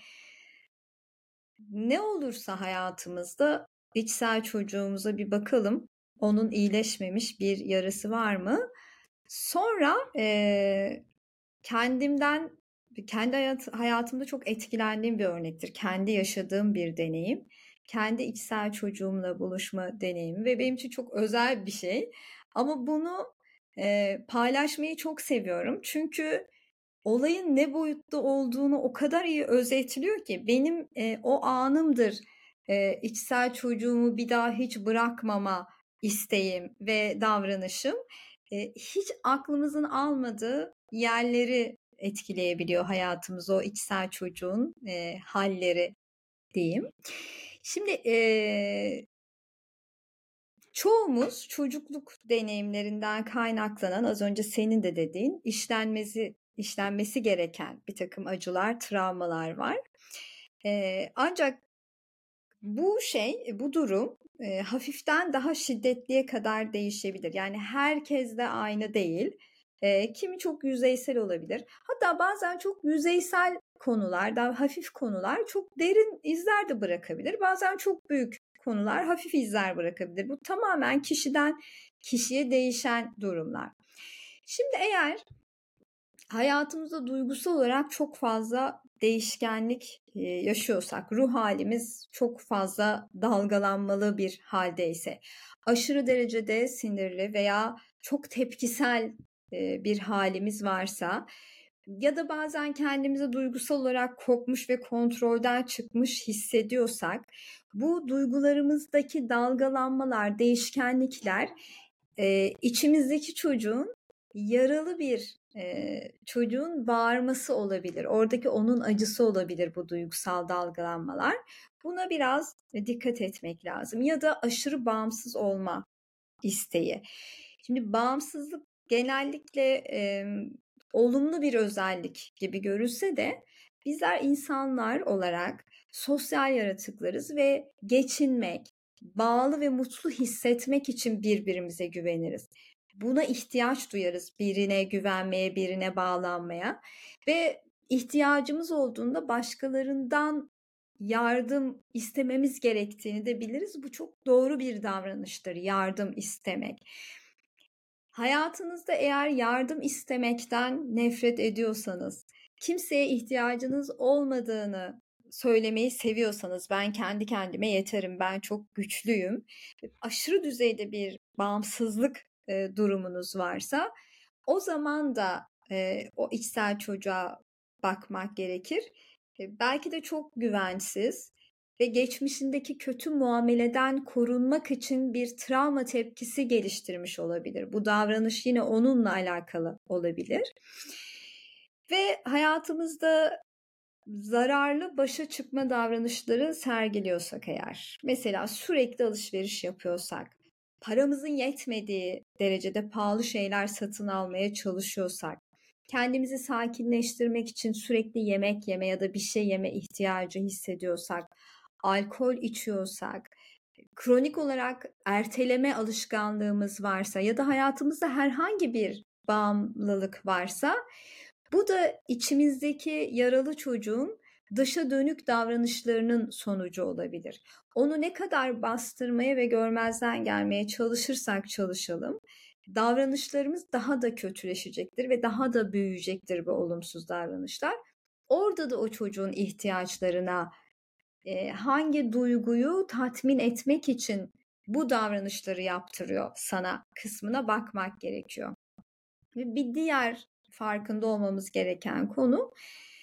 ne olursa hayatımızda içsel çocuğumuza bir bakalım. Onun iyileşmemiş bir yarası var mı? Sonra kendimden, kendi hayatımda çok etkilendiğim bir örnektir. Kendi yaşadığım bir deneyim. Kendi içsel çocuğumla buluşma deneyimi ve benim için çok özel bir şey. Ama bunu paylaşmayı çok seviyorum. Çünkü olayın ne boyutta olduğunu o kadar iyi özetliyor ki benim o anımdır içsel çocuğumu bir daha hiç bırakmama isteğim ve davranışım hiç aklımızın almadığı yerleri etkileyebiliyor hayatımızı o içsel çocuğun halleri diyeyim. Şimdi çoğumuz çocukluk deneyimlerinden kaynaklanan az önce senin de dediğin işlenmesi gereken bir takım acılar, travmalar var. Ancak bu durum hafiften daha şiddetliye kadar değişebilir. Yani herkes de aynı değil. Kimi çok yüzeysel olabilir. Hatta bazen çok yüzeysel konular, daha hafif konular çok derin izler de bırakabilir. Bazen çok büyük konular hafif izler bırakabilir. Bu tamamen kişiden kişiye değişen durumlar. Şimdi eğer hayatımızda duygusal olarak çok fazla değişkenlik yaşıyorsak, ruh halimiz çok fazla dalgalanmalı bir haldeyse, aşırı derecede sinirli veya çok tepkisel bir halimiz varsa ya da bazen kendimizi duygusal olarak kopmuş ve kontrolden çıkmış hissediyorsak, bu duygularımızdaki dalgalanmalar, değişkenlikler içimizdeki çocuğun yaralı bir çocuğun bağırması olabilir. Oradaki onun acısı olabilir bu duygusal dalgalanmalar. Buna biraz dikkat etmek lazım. Ya da aşırı bağımsız olma isteği. Şimdi bağımsızlık genellikle olumlu bir özellik gibi görülse de bizler insanlar olarak sosyal yaratıklarız ve geçinmek, bağlı ve mutlu hissetmek için birbirimize güveniriz. Buna ihtiyaç duyarız, birine güvenmeye, birine bağlanmaya ve ihtiyacımız olduğunda başkalarından yardım istememiz gerektiğini de biliriz. Bu çok doğru bir davranıştır, yardım istemek. Hayatınızda eğer yardım istemekten nefret ediyorsanız, kimseye ihtiyacınız olmadığını söylemeyi seviyorsanız, ben kendi kendime yeterim, ben çok güçlüyüm, aşırı düzeyde bir bağımsızlık durumunuz varsa, o zaman da o içsel çocuğa bakmak gerekir. Belki de çok güvensiz ve geçmişindeki kötü muameleden korunmak için bir travma tepkisi geliştirmiş olabilir. Bu davranış yine onunla alakalı olabilir. Ve hayatımızda zararlı başa çıkma davranışları sergiliyorsak eğer, mesela sürekli alışveriş yapıyorsak, paramızın yetmediği derecede pahalı şeyler satın almaya çalışıyorsak, kendimizi sakinleştirmek için sürekli yemek yeme ya da bir şey yeme ihtiyacı hissediyorsak, alkol içiyorsak, kronik olarak erteleme alışkanlığımız varsa ya da hayatımızda herhangi bir bağımlılık varsa, bu da içimizdeki yaralı çocuğun dışa dönük davranışlarının sonucu olabilir. Onu ne kadar bastırmaya ve görmezden gelmeye çalışırsak çalışalım, davranışlarımız daha da kötüleşecektir ve daha da büyüyecektir bu olumsuz davranışlar. Orada da o çocuğun ihtiyaçlarına, hangi duyguyu tatmin etmek için bu davranışları yaptırıyor sana kısmına bakmak gerekiyor. Ve bir diğer farkında olmamız gereken konu,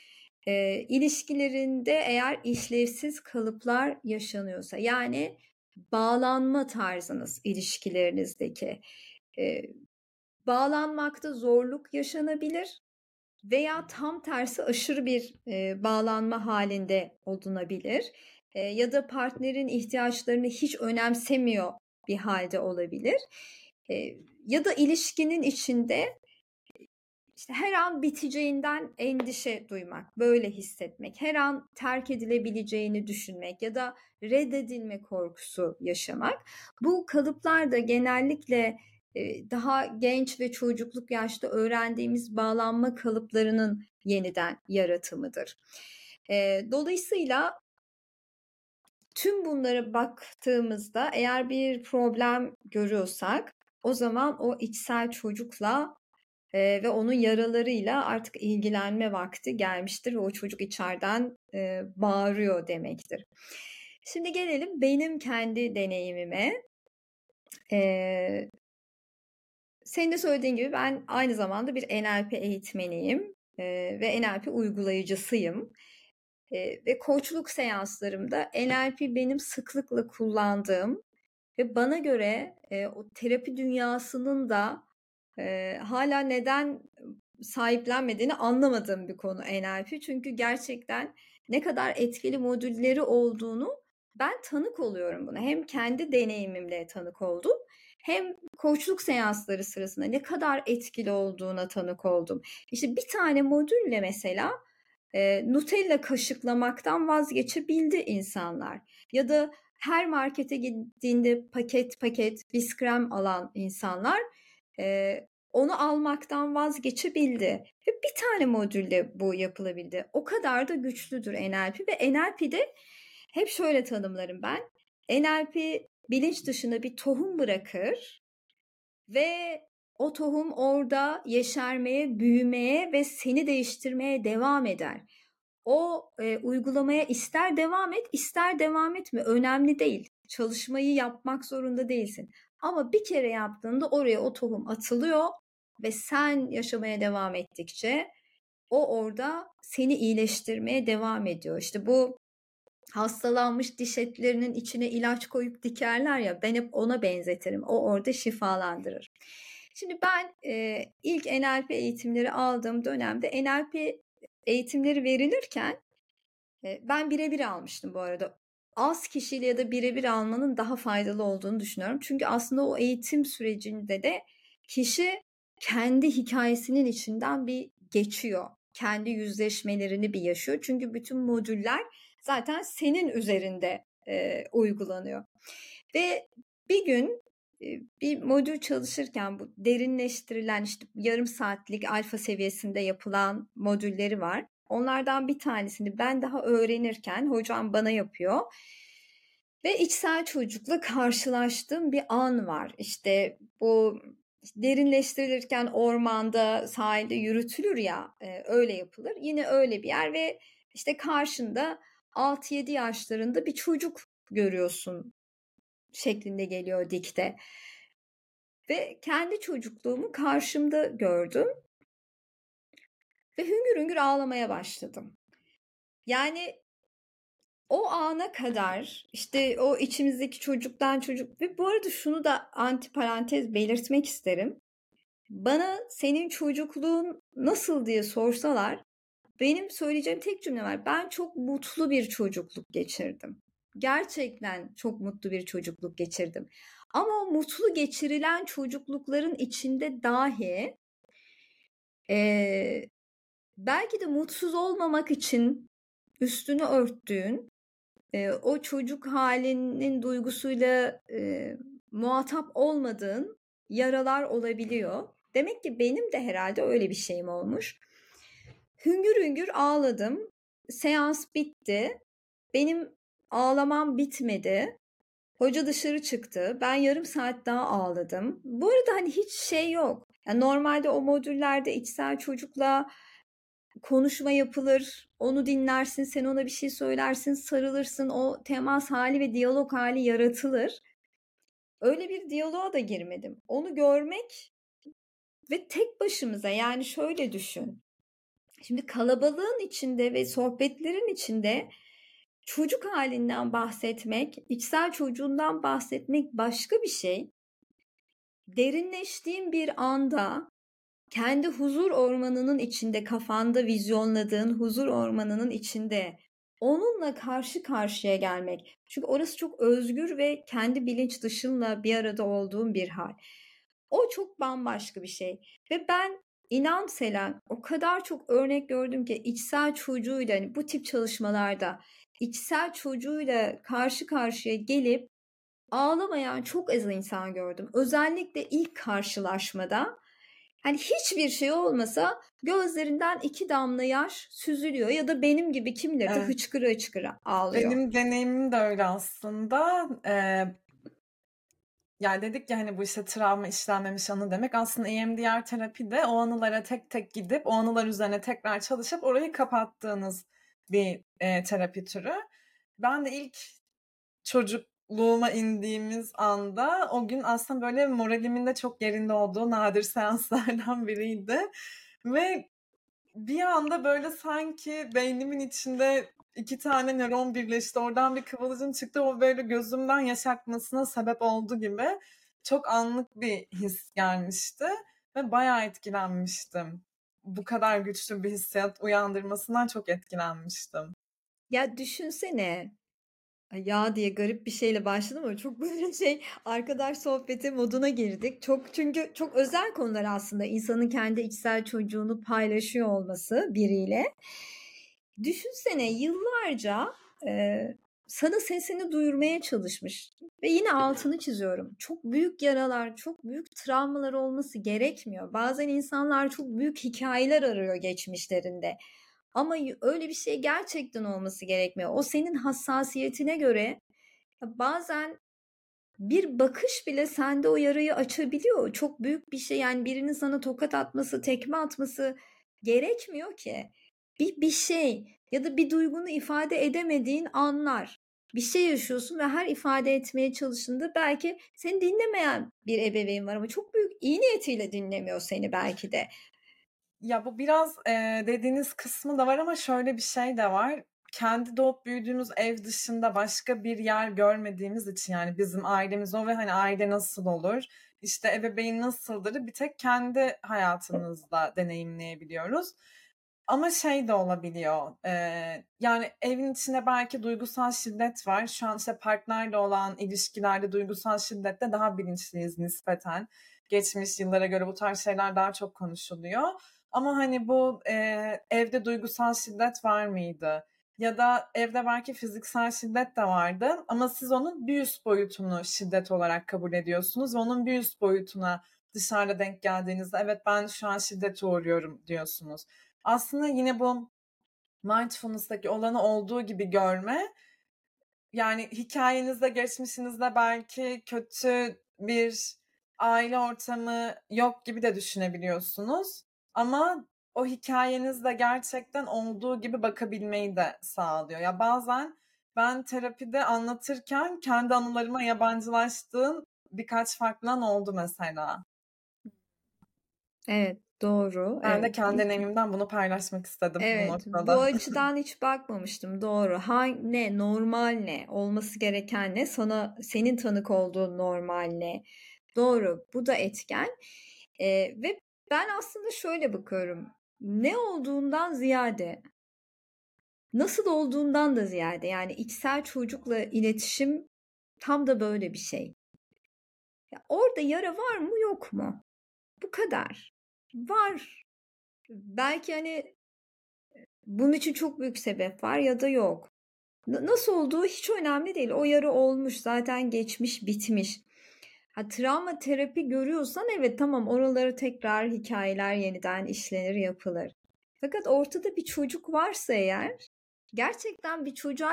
ilişkilerinde eğer işlevsiz kalıplar yaşanıyorsa, yani bağlanma tarzınız ilişkilerinizdeki, bağlanmakta zorluk yaşanabilir veya tam tersi aşırı bir bağlanma halinde olunabilir. Ya da partnerin ihtiyaçlarını hiç önemsemiyor bir halde olabilir. Ya da ilişkinin içinde işte her an biteceğinden endişe duymak, böyle hissetmek, her an terk edilebileceğini düşünmek ya da reddedilme korkusu yaşamak. Bu kalıplar da genellikle daha genç ve çocukluk yaşta öğrendiğimiz bağlanma kalıplarının yeniden yaratımıdır. Dolayısıyla tüm bunlara baktığımızda eğer bir problem görüyorsak o zaman o içsel çocukla ve onun yaralarıyla artık ilgilenme vakti gelmiştir ve o çocuk içeriden bağırıyor demektir. Şimdi gelelim benim kendi deneyimime. Senin de söylediğin gibi ben aynı zamanda bir NLP eğitmeniyim ve NLP uygulayıcısıyım. Ve koçluk seanslarımda NLP benim sıklıkla kullandığım ve bana göre o terapi dünyasının da hala neden sahiplenmediğini anlamadığım bir konu NLP. Çünkü gerçekten ne kadar etkili modülleri olduğunu ben tanık oluyorum buna. Hem kendi deneyimimle tanık oldum, hem koçluk seansları sırasında ne kadar etkili olduğuna tanık oldum. İşte bir tane modülle mesela Nutella kaşıklamaktan vazgeçebildi insanlar. Ya da her markete gittiğinde paket paket biskrem alan insanlar onu almaktan vazgeçebildi. Ve bir tane modülde bu yapılabildi. O kadar da güçlüdür NLP ve NLP'de hep şöyle tanımlarım ben. NLP bilinç dışına bir tohum bırakır ve o tohum orada yeşermeye, büyümeye ve seni değiştirmeye devam eder. O uygulamaya ister devam et, ister devam etme. Önemli değil. Çalışmayı yapmak zorunda değilsin. Ama bir kere yaptığında oraya o tohum atılıyor ve sen yaşamaya devam ettikçe o orada seni iyileştirmeye devam ediyor. İşte bu hastalanmış diş etlerinin içine ilaç koyup dikerler ya, ben hep ona benzetirim. O orada şifalandırır. Şimdi ben ilk NLP eğitimleri aldığım dönemde NLP eğitimleri verilirken ben birebir almıştım bu arada. Az kişiyle ya da birebir almanın daha faydalı olduğunu düşünüyorum. Çünkü aslında o eğitim sürecinde de kişi kendi hikayesinin içinden bir geçiyor. Kendi yüzleşmelerini bir yaşıyor. Çünkü bütün modüller zaten senin üzerinde uygulanıyor. Ve bir gün bir modül çalışırken bu derinleştirilen işte yarım saatlik alfa seviyesinde yapılan modülleri var. Onlardan bir tanesini ben daha öğrenirken hocam bana yapıyor. Ve içsel çocukla karşılaştığım bir an var. İşte bu derinleştirilirken ormanda, sahilde yürütülür ya, öyle yapılır. Yine öyle bir yer ve işte karşında 6-7 yaşlarında bir çocuk görüyorsun şeklinde geliyor dikte. Ve kendi çocukluğumu karşımda gördüm ve hüngür hüngür ağlamaya başladım. Yani o ana kadar işte o içimizdeki çocuktan çocuk ve bu arada şunu da antiparantez belirtmek isterim. Bana senin çocukluğun nasıl diye sorsalar benim söyleyeceğim tek cümle var. Ben çok mutlu bir çocukluk geçirdim. Gerçekten çok mutlu bir çocukluk geçirdim. Ama o mutlu geçirilen çocuklukların içinde dahi belki de mutsuz olmamak için üstünü örttüğün o çocuk halinin duygusuyla muhatap olmadığın yaralar olabiliyor. Demek ki benim de herhalde öyle bir şeyim olmuş. Hüngür hüngür ağladım. Seans bitti. Benim ağlamam bitmedi. Hoca dışarı çıktı. Ben yarım saat daha ağladım. Bu arada hani hiç şey yok. Yani normalde o modüllerde içsel çocukla konuşma yapılır. Onu dinlersin, sen ona bir şey söylersin, sarılırsın. O temas hali ve diyalog hali yaratılır. Öyle bir diyaloğa da girmedim. Onu görmek ve tek başımıza, yani şöyle düşün. Şimdi kalabalığın içinde ve sohbetlerin içinde çocuk halinden bahsetmek, içsel çocuğundan bahsetmek başka bir şey. Derinleştiğin bir anda kendi huzur ormanının içinde, kafanda vizyonladığın huzur ormanının içinde onunla karşı karşıya gelmek. Çünkü orası çok özgür ve kendi bilinç dışınla bir arada olduğun bir hal. O çok bambaşka bir şey. Ve ben inan Selen o kadar çok örnek gördüm ki içsel çocuğuyla hani bu tip çalışmalarda içsel çocuğuyla karşı karşıya gelip ağlamayan çok az insan gördüm. Özellikle ilk karşılaşmada hani hiçbir şey olmasa gözlerinden 2 damla yaş süzülüyor ya da benim gibi kimileri de Evet. hıçkıra hıçkıra ağlıyor. Benim deneyimim de öyle aslında. Yani dedik ya hani bu işte travma işlenmemiş anı demek. Aslında EMDR terapi de o anılara tek tek gidip o anılar üzerine tekrar çalışıp orayı kapattığınız bir terapi türü. Ben de ilk çocukluğuma indiğimiz anda o gün aslında böyle moralimin de çok yerinde olduğu nadir seanslardan biriydi. Ve bir anda böyle sanki beynimin içinde 2 tane nöron birleşti. Oradan bir kıvılcım çıktı. O böyle gözümden yaş akmasına sebep oldu gibi. Çok anlık bir his gelmişti ve bayağı etkilenmiştim. Bu kadar güçlü bir hissiyat uyandırmasından çok etkilenmiştim. Ya düşünsene. Ya diye garip bir şeyle başladım ama çok böyle şey arkadaş sohbeti moduna girdik. Çünkü çok özel konular aslında insanın kendi içsel çocuğunu paylaşıyor olması biriyle. Düşünsene yıllarca e, sana sesini duyurmaya çalışmış ve yine altını çiziyorum. Çok büyük yaralar, çok büyük travmalar olması gerekmiyor. Bazen insanlar çok büyük hikayeler arıyor geçmişlerinde. Ama öyle bir şey gerçekten olması gerekmiyor. O senin hassasiyetine göre bazen bir bakış bile sende o yarayı açabiliyor. Çok büyük bir şey yani birinin sana tokat atması, tekme atması gerekmiyor ki. Bir şey ya da bir duygunu ifade edemediğin anlar. Bir şey yaşıyorsun ve her ifade etmeye çalıştığında belki seni dinlemeyen bir ebeveyn var ama çok büyük iyi niyetiyle dinlemiyor seni belki de. Ya bu biraz dediğiniz kısmı da var ama şöyle bir şey de var. Kendi doğup büyüdüğümüz ev dışında başka bir yer görmediğimiz için yani bizim ailemiz o ve hani aile nasıl olur, işte ebeveyn nasıldır bir tek kendi hayatımızda deneyimleyebiliyoruz. Ama şey de olabiliyor. Yani evin içinde belki duygusal şiddet var. Şu an işte partnerle olan ilişkilerde duygusal şiddette daha bilinçliyiz nispeten. Geçmiş yıllara göre bu tarz şeyler daha çok konuşuluyor. Ama hani bu evde duygusal şiddet var mıydı? Ya da evde belki fiziksel şiddet de vardı ama siz onun bir üst boyutunu şiddet olarak kabul ediyorsunuz ve onun bir üst boyutuna dışarıda denk geldiğinizde evet ben şu an şiddete uğruyorum diyorsunuz. Aslında yine bu mindfulness'taki olanı olduğu gibi görme, yani hikayenizde, geçmişinizde belki kötü bir aile ortamı yok gibi de düşünebiliyorsunuz. Ama o hikayenizde gerçekten olduğu gibi bakabilmeyi de sağlıyor. Ya bazen ben terapide anlatırken kendi anılarıma yabancılaştığım birkaç farklı an oldu mesela. Evet, doğru. Ben de kendi deneyimimden bunu paylaşmak istedim bu Evet, bu noktada. açıdan hiç bakmamıştım. Doğru. Ne, normal ne, olması gereken ne, senin tanık olduğun normal ne. Doğru, bu da etken. Ve ben aslında şöyle bakıyorum. Ne olduğundan ziyade, nasıl olduğundan da ziyade, yani içsel çocukla iletişim tam da böyle bir şey. Ya orada yara var mı, yok mu? Bu kadar. Var. Belki hani bunun için çok büyük sebep var ya da yok. Nasıl olduğu hiç önemli değil. O yara olmuş, zaten geçmiş, bitmiş. Ha, travma terapi görüyorsan evet tamam oraları tekrar hikayeler yeniden işlenir, yapılır. Fakat ortada bir çocuk varsa eğer gerçekten bir çocuğa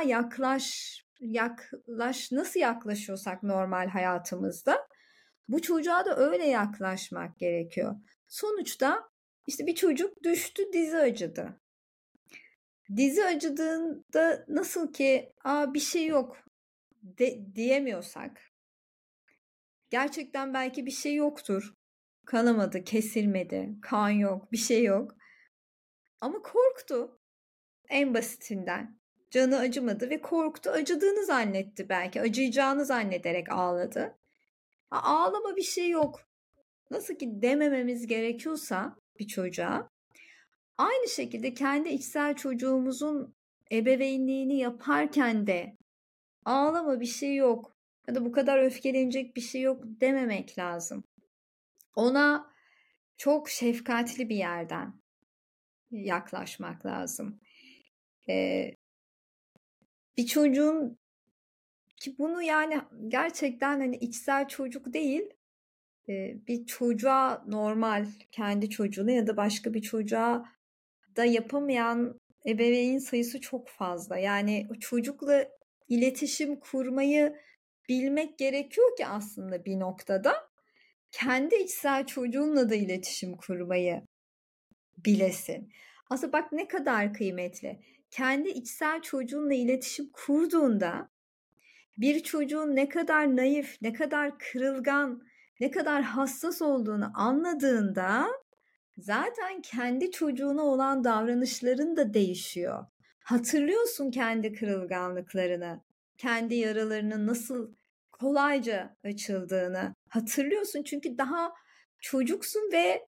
nasıl yaklaşıyorsak normal hayatımızda bu çocuğa da öyle yaklaşmak gerekiyor. Sonuçta işte bir çocuk düştü, dizi acıdı. Dizi acıdığında nasıl ki bir şey yok diyemiyorsak, gerçekten belki bir şey yoktur. Kanamadı, kesilmedi, kan yok, bir şey yok. Ama korktu en basitinden. Canı acımadı ve korktu, acıdığını zannetti belki, acıyacağını zannederek ağladı. Ağlama bir şey yok. Nasıl ki demememiz gerekiyorsa bir çocuğa, aynı şekilde kendi içsel çocuğumuzun ebeveynliğini yaparken de ağlama bir şey yok ya da bu kadar öfkelenecek bir şey yok dememek lazım. ona çok şefkatli bir yerden yaklaşmak lazım. Bir çocuğun ki bunu yani gerçekten hani içsel çocuk değil, bir çocuğa normal kendi çocuğuna ya da başka bir çocuğa da yapamayan ebeveyn sayısı çok fazla. Yani o çocukla iletişim kurmayı bilmek gerekiyor ki aslında bir noktada kendi içsel çocuğunla da iletişim kurmayı bilesin. Aslında bak ne kadar kıymetli. Kendi içsel çocuğunla iletişim kurduğunda bir çocuğun ne kadar naif, ne kadar kırılgan, ne kadar hassas olduğunu anladığında zaten kendi çocuğuna olan davranışların da değişiyor. Hatırlıyorsun kendi kırılganlıklarını, kendi yaralarının nasıl kolayca açıldığını hatırlıyorsun. Çünkü daha çocuksun ve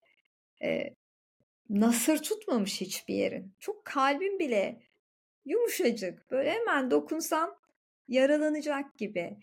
nasır tutmamış hiçbir yerin. Çok kalbin bile yumuşacık. Böyle hemen dokunsan yaralanacak gibi.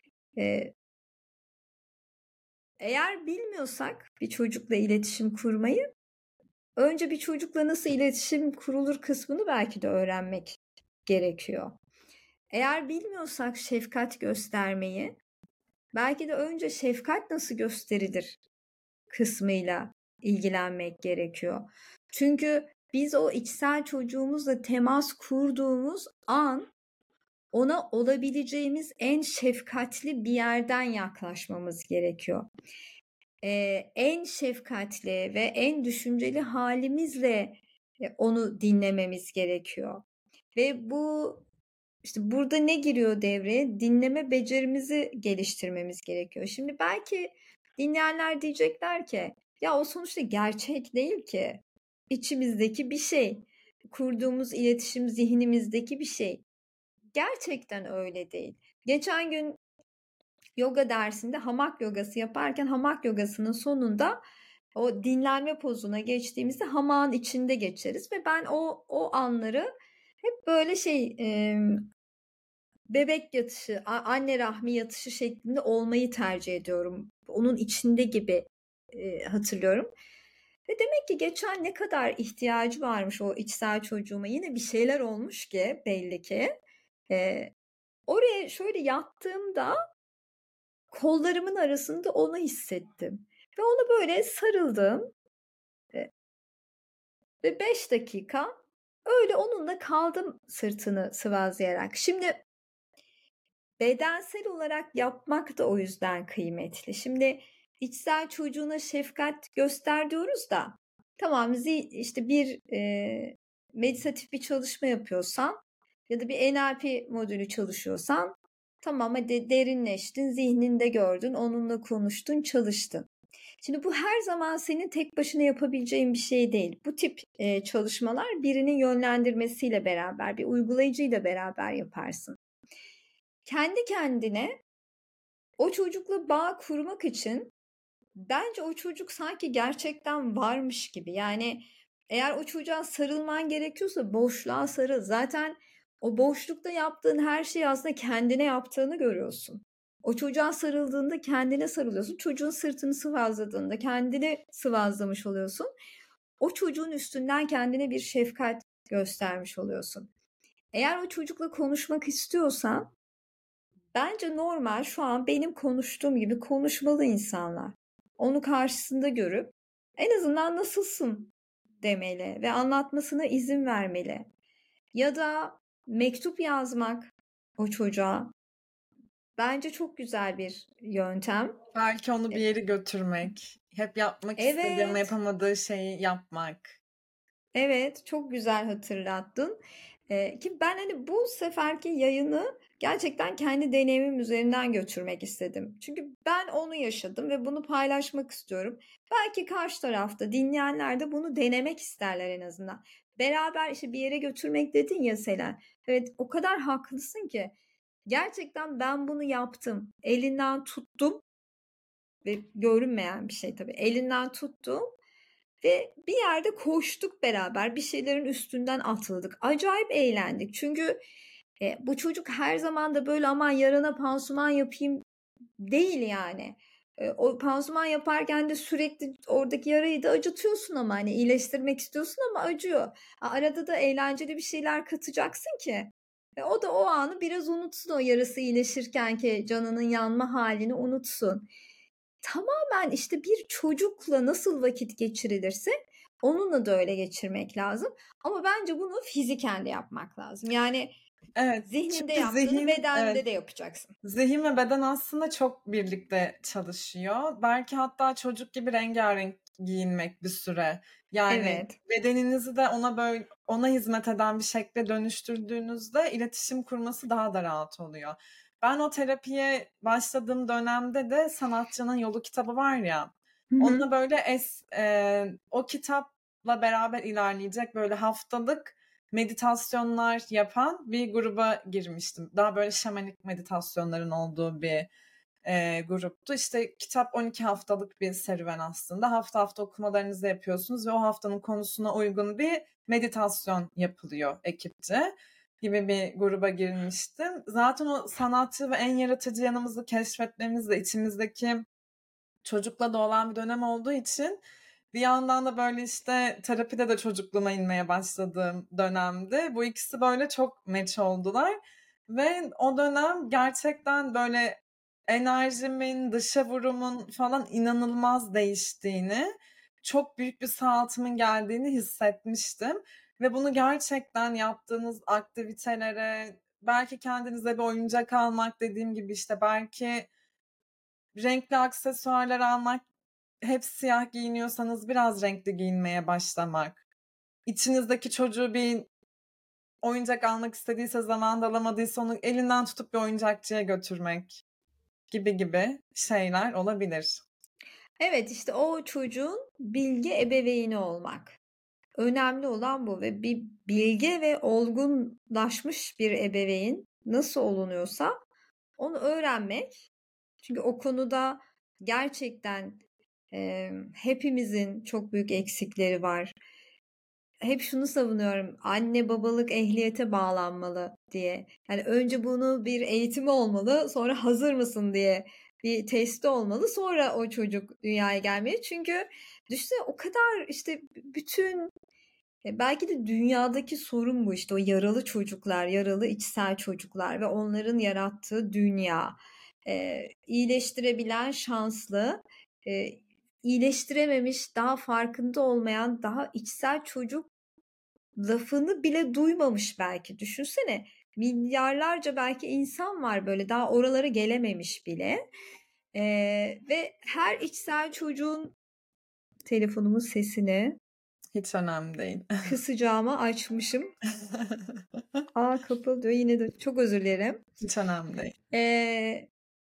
Eğer bilmiyorsak bir çocukla iletişim kurmayı, önce bir çocukla nasıl iletişim kurulur kısmını belki de öğrenmek gerekiyor. Eğer bilmiyorsak şefkat göstermeyi, belki de önce şefkat nasıl gösterilir kısmıyla ilgilenmek gerekiyor. Çünkü biz o içsel çocuğumuzla temas kurduğumuz an ona olabileceğimiz en şefkatli bir yerden yaklaşmamız gerekiyor. En şefkatli ve en düşünceli halimizle onu dinlememiz gerekiyor. Ve bu işte burada ne giriyor devreye? Dinleme becerimizi geliştirmemiz gerekiyor. Şimdi belki dinleyenler diyecekler ki ya o sonuçta gerçek değil ki. İçimizdeki bir şey. Kurduğumuz iletişim zihnimizdeki bir şey. Gerçekten öyle değil. Geçen gün yoga dersinde hamak yogası yaparken hamak yogasının sonunda o dinlenme pozuna geçtiğimizde hamağın içinde geçeriz ve ben o anları hep böyle bebek yatışı, anne rahmi yatışı şeklinde olmayı tercih ediyorum. Onun içinde gibi hatırlıyorum. Ve demek ki geçen ne kadar ihtiyacı varmış o içsel çocuğuma. Yine bir şeyler olmuş ki belli ki. Oraya şöyle yattığımda kollarımın arasında onu hissettim. Ve ona böyle sarıldım ve 5 dakika öyle onunla kaldım sırtını sıvazlayarak. Şimdi bedensel olarak yapmak da o yüzden kıymetli. Şimdi içsel çocuğuna şefkat göster diyoruz da tamam işte bir meditatif bir çalışma yapıyorsan ya da bir NLP modülü çalışıyorsan tamam hadi derinleştin, zihninde gördün, onunla konuştun, çalıştın. Şimdi bu her zaman senin tek başına yapabileceğin bir şey değil. Bu tip çalışmalar birinin yönlendirmesiyle beraber, bir uygulayıcıyla beraber yaparsın. Kendi kendine o çocukla bağ kurmak için bence o çocuk sanki gerçekten varmış gibi. Yani eğer o çocuğa sarılman gerekiyorsa boşluğa sarıl. Zaten o boşlukta yaptığın her şeyi aslında kendine yaptığını görüyorsun. O çocuğa sarıldığında kendine sarılıyorsun. Çocuğun sırtını sıvazladığında kendini sıvazlamış oluyorsun. O çocuğun üstünden kendine bir şefkat göstermiş oluyorsun. Eğer o çocukla konuşmak istiyorsan bence normal şu an benim konuştuğum gibi konuşmalı insanlar. Onu karşısında görüp en azından nasılsın demeli ve anlatmasına izin vermeli. Ya da mektup yazmak o çocuğa bence çok güzel bir yöntem. Belki onu bir yere götürmek. Hep yapmak istediği ama Evet, yapamadığı şeyi yapmak. evet çok güzel hatırlattın. Ki ben hani bu seferki yayını gerçekten kendi deneyimim üzerinden götürmek istedim. Çünkü ben onu yaşadım ve bunu paylaşmak istiyorum. Belki karşı tarafta dinleyenler de bunu denemek isterler en azından. Beraber işte bir yere götürmek dedin ya Selen. Evet o kadar haklısın ki. Gerçekten ben bunu yaptım. Elinden tuttum ve görünmeyen bir şey tabii. Elinden tuttum ve bir yerde koştuk beraber. Bir şeylerin üstünden atladık. Acayip eğlendik. Çünkü bu çocuk her zaman da böyle aman yarına pansuman yapayım değil yani. O pansuman yaparken de sürekli oradaki yarayı da acıtıyorsun ama hani iyileştirmek istiyorsun ama acıyor. Arada da eğlenceli bir şeyler katacaksın ki o da o anı biraz unutsun, o yarası iyileşirken ki canının yanma halini unutsun. Tamamen işte bir çocukla nasıl vakit geçirilirse onunla da öyle geçirmek lazım. Ama bence bunu fiziken de yapmak lazım. Yani Evet, zihninde çünkü yaptığını zihin, bedende evet, de yapacaksın. zihin ve beden aslında çok birlikte çalışıyor. Belki hatta çocuk gibi rengarenk giyinmek bir süre. Yani Evet. bedeninizi de ona hizmet eden bir şekle dönüştürdüğünüzde iletişim kurması daha da rahat oluyor. Ben o terapiye başladığım dönemde de Sanatçının Yolu kitabı var ya. Hı hı. Onunla böyle o kitapla beraber ilerleyecek böyle haftalık meditasyonlar yapan bir gruba girmiştim. Daha böyle şamanik meditasyonların olduğu bir gruptu. İşte kitap 12 haftalık bir serüven aslında. Hafta hafta okumalarınızı yapıyorsunuz ve o haftanın konusuna uygun bir meditasyon yapılıyor ekipçe gibi bir gruba girmiştim. Zaten o sanatçı ve en yaratıcı yanımızı keşfetmemiz de içimizdeki çocukla da olan bir dönem olduğu için bir yandan da böyle işte terapide de çocukluğuma inmeye başladığım dönemde bu ikisi böyle çok match oldular ve o dönem gerçekten böyle enerjimin, dışa vurumun falan inanılmaz değiştiğini, çok büyük bir sağaltımın geldiğini hissetmiştim ve bunu gerçekten yaptığınız aktivitelere, belki kendinize bir oyuncak almak, dediğim gibi işte belki renkli aksesuarlar almak, hep siyah giyiniyorsanız biraz renkli giyinmeye başlamak. İçinizdeki çocuğu bir oyuncak almak istediyse, zamanında alamadıysa onu elinden tutup bir oyuncakçıya götürmek gibi gibi şeyler olabilir. Evet, işte o çocuğun bilge ebeveyni olmak. Önemli olan bu ve bir bilge ve olgunlaşmış bir ebeveyn nasıl olunuyorsa onu öğrenmek. Çünkü o konuda gerçekten hepimizin çok büyük eksikleri var. Hep şunu savunuyorum. Anne babalık ehliyete bağlanmalı diye. Yani önce bunu bir eğitimi olmalı, sonra hazır mısın diye bir testi olmalı. Sonra o çocuk dünyaya gelmeli. Çünkü düşünsene o kadar işte bütün belki de dünyadaki sorun bu işte o yaralı çocuklar, yaralı içsel çocuklar ve onların yarattığı dünya. İyileştirebilen şanslı, e, iyileştirememiş, daha farkında olmayan, daha içsel çocuk lafını bile duymamış belki. Düşünsene milyarlarca belki insan var böyle daha oralara gelememiş bile. Ve her içsel çocuğun telefonumun sesini Hiç önemli değil. kısacağıma açmışım. Aa kapalı diyor yine de çok özür dilerim. Hiç önemli değil. Ee,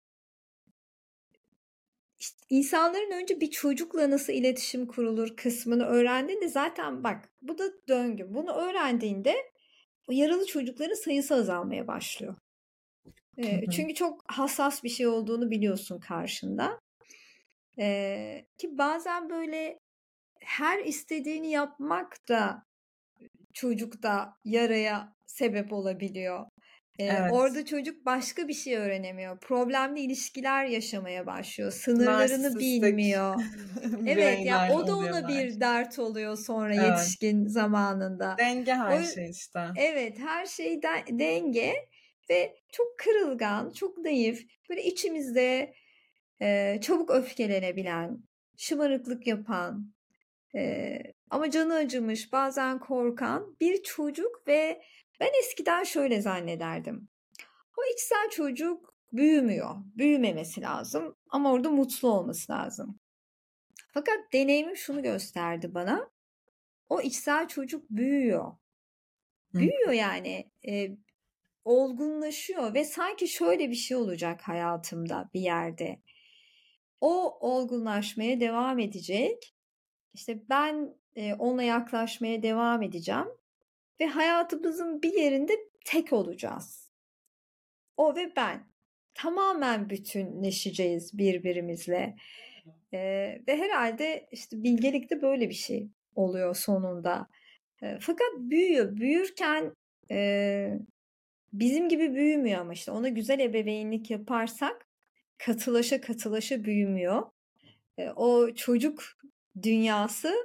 işte insanların önce bir çocukla nasıl iletişim kurulur kısmını öğrendiğinde zaten bak bu da döngü. Bunu öğrendiğinde o yaralı çocukların sayısı azalmaya başlıyor. Hı hı. Çünkü çok hassas bir şey olduğunu biliyorsun karşında. Ki bazen böyle her istediğini yapmak da çocukta yaraya sebep olabiliyor. Evet. Orada çocuk başka bir şey öğrenemiyor. Problemli ilişkiler yaşamaya başlıyor. Sınırlarını Narsistik bilmiyor. Evet ya bireyler o da oluyor ona bir belki. dert oluyor sonra Evet. yetişkin zamanında. Denge O her şey işte. evet her şey denge ve çok kırılgan, çok naif, böyle içimizde çabuk öfkelenebilen, şımarıklık yapan, ama canı acımış, bazen korkan bir çocuk ve ben eskiden şöyle zannederdim. O içsel çocuk büyümüyor, büyümemesi lazım ama orada mutlu olması lazım. Fakat deneyimim şunu gösterdi bana. O içsel çocuk büyüyor. Hı. Büyüyor yani. Olgunlaşıyor ve sanki şöyle bir şey olacak hayatımda bir yerde. O olgunlaşmaya devam edecek. İşte ben onunla yaklaşmaya devam edeceğim ve hayatımızın bir yerinde tek olacağız. O ve ben. Tamamen bütünleşeceğiz birbirimizle. Ve herhalde işte bilgelik de böyle bir şey oluyor sonunda. Fakat büyüyor. Büyürken bizim gibi büyümüyor ama işte ona güzel ebeveynlik yaparsak katılaşa katılaşa büyümüyor. O çocuk dünyasını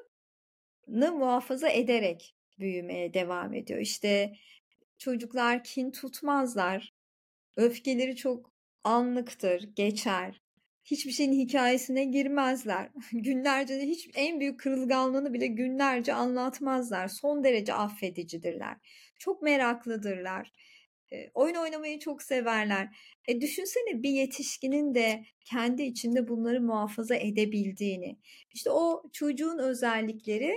muhafaza ederek büyümeye devam ediyor. İşte çocuklar kin tutmazlar. Öfkeleri çok anlıktır, geçer. Hiçbir şeyin hikayesine girmezler. Günlerce de en büyük kırılganlığını bile günlerce anlatmazlar. Son derece affedicidirler. Çok meraklıdırlar. Oyun oynamayı çok severler. Düşünsene bir yetişkinin de kendi içinde bunları muhafaza edebildiğini. İşte o çocuğun özellikleri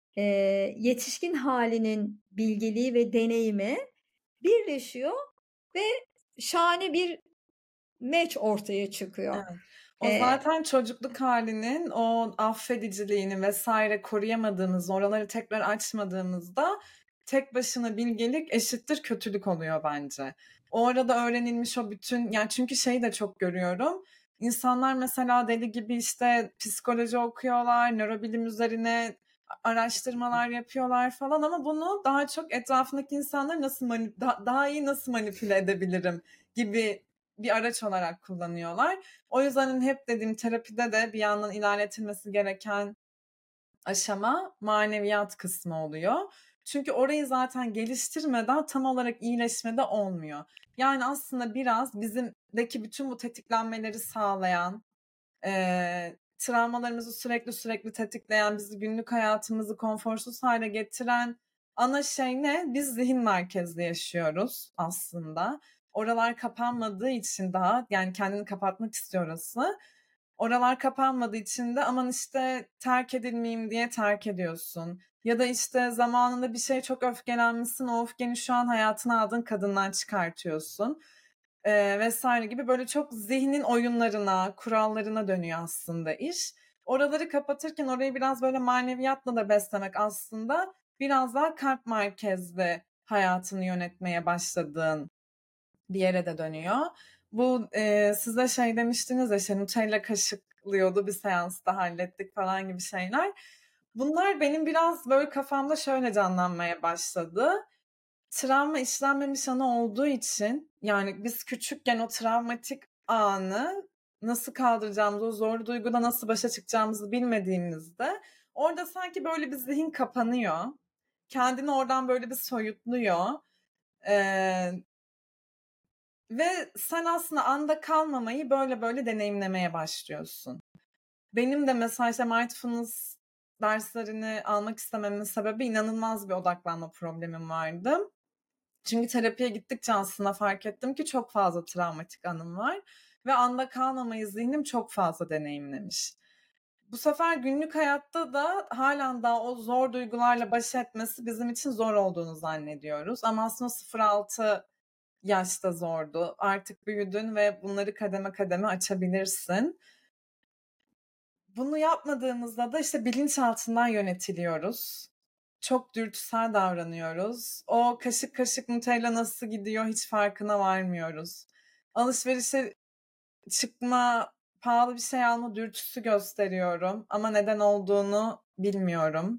yetişkin halinin bilgeliği ve deneyimi birleşiyor ve şahane bir meç ortaya çıkıyor. Evet. O zaten çocukluk halinin o affediciliğini vesaire koruyamadığımız, oraları tekrar açmadığımızda tek başına bilgelik eşittir kötülük oluyor bence. O arada öğrenilmiş o bütün, yani çünkü şeyi de çok görüyorum. İnsanlar mesela deli gibi işte psikoloji okuyorlar, nörobilim üzerine araştırmalar yapıyorlar falan ama bunu daha çok etrafındaki insanları nasıl daha iyi nasıl manipüle edebilirim gibi bir araç olarak kullanıyorlar. O yüzden hani hep dediğim terapide de bir yandan ilerletilmesi gereken aşama maneviyat kısmı oluyor. Çünkü orayı zaten geliştirmeden tam olarak iyileşme de olmuyor. Yani aslında biraz bizimdeki bütün bu tetiklenmeleri sağlayan, travmalarımızı sürekli tetikleyen, bizi günlük hayatımızı konforsuz hale getiren ana şey ne? Biz zihin merkezli yaşıyoruz aslında. Oralar kapanmadığı için daha, yani kendini kapatmak istiyor orası. Oralar kapanmadığı için de aman işte terk edilmeyeyim diye terk ediyorsun. Ya da işte zamanında bir şey çok öfkelenmişsin, o öfkeni şu an hayatına aldığın kadından çıkartıyorsun. Vesaire gibi böyle çok zihnin oyunlarına, kurallarına dönüyor aslında iş. Oraları kapatırken orayı biraz böyle maneviyatla da beslemek aslında biraz daha kalp merkezli hayatını yönetmeye başladığın bir yere de dönüyor. Bu size şey demiştiniz ya, işte Nutella kaşıklıyordu bir seansta hallettik falan gibi şeyler. Bunlar benim biraz böyle kafamda şöyle canlanmaya başladı. Travma işlenmemiş anı olduğu için, yani biz küçükken o travmatik anı nasıl kaldıracağımızı, o zor duyguda nasıl başa çıkacağımızı bilmediğimizde orada sanki böyle bir zihin kapanıyor. Kendini oradan böyle bir soyutluyor. Ee, Ve sen aslında anda kalmamayı böyle deneyimlemeye başlıyorsun. Benim de mesela işte mindfulness derslerini almak istememin sebebi inanılmaz bir odaklanma problemim vardı. Çünkü terapiye gittikçe aslında fark ettim ki çok fazla travmatik anım var ve anda kalmamayı zihnim çok fazla deneyimlemiş. Bu sefer günlük hayatta da halen daha o zor duygularla baş etmesi bizim için zor olduğunu zannediyoruz. Ama aslında 0-6 yaşta zordu. Artık büyüdün ve bunları kademe kademe açabilirsin. Bunu yapmadığımızda da işte bilinçaltından yönetiliyoruz. Çok dürtüsel davranıyoruz. O kaşık kaşık Nutella nasıl gidiyor hiç farkına varmıyoruz. Alışverişe çıkma, pahalı bir şey alma dürtüsü gösteriyorum ama neden olduğunu bilmiyorum.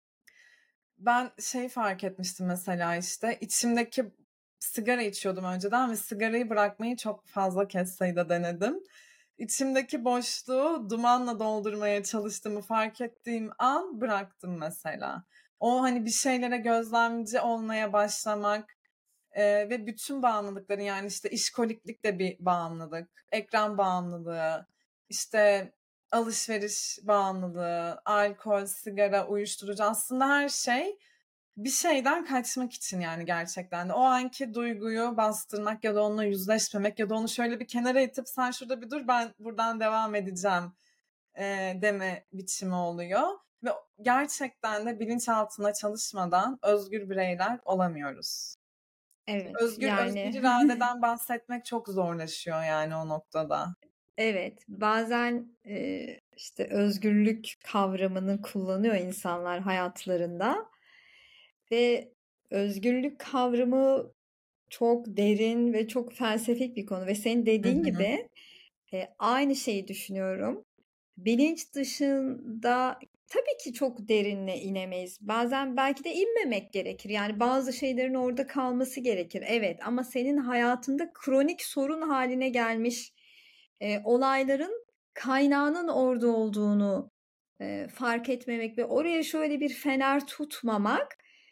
Ben şey fark etmiştim mesela, işte içimdeki sigara içiyordum önceden ve sigarayı bırakmayı çok fazla kez sayıda denedim. İçimdeki boşluğu dumanla doldurmaya çalıştığımı fark ettiğim an bıraktım mesela. O hani bir şeylere gözlemci olmaya başlamak ve bütün bağımlılıkların, yani işte işkoliklik de bir bağımlılık, ekran bağımlılığı, işte alışveriş bağımlılığı, alkol, sigara, uyuşturucu, aslında her şey bir şeyden kaçmak için, yani gerçekten de. O anki duyguyu bastırmak ya da onunla yüzleşmemek ya da onu şöyle bir kenara itip sen şurada bir dur ben buradan devam edeceğim deme biçimi oluyor. Ve gerçekten de bilinçaltına çalışmadan özgür bireyler olamıyoruz. Evet, Özgür yani iradeden bahsetmek çok zorlaşıyor yani o noktada. evet, bazen işte özgürlük kavramını kullanıyor insanlar hayatlarında ve özgürlük kavramı çok derin ve çok felsefik bir konu ve senin Hı dediğin hı. gibi aynı şeyi düşünüyorum. Bilinç dışında tabii ki çok derinle inemeyiz. Bazen belki de inmemek gerekir. Yani bazı şeylerin orada kalması gerekir. Evet, ama senin hayatında kronik sorun haline gelmiş olayların kaynağının orada olduğunu fark etmemek ve oraya şöyle bir fener tutmamak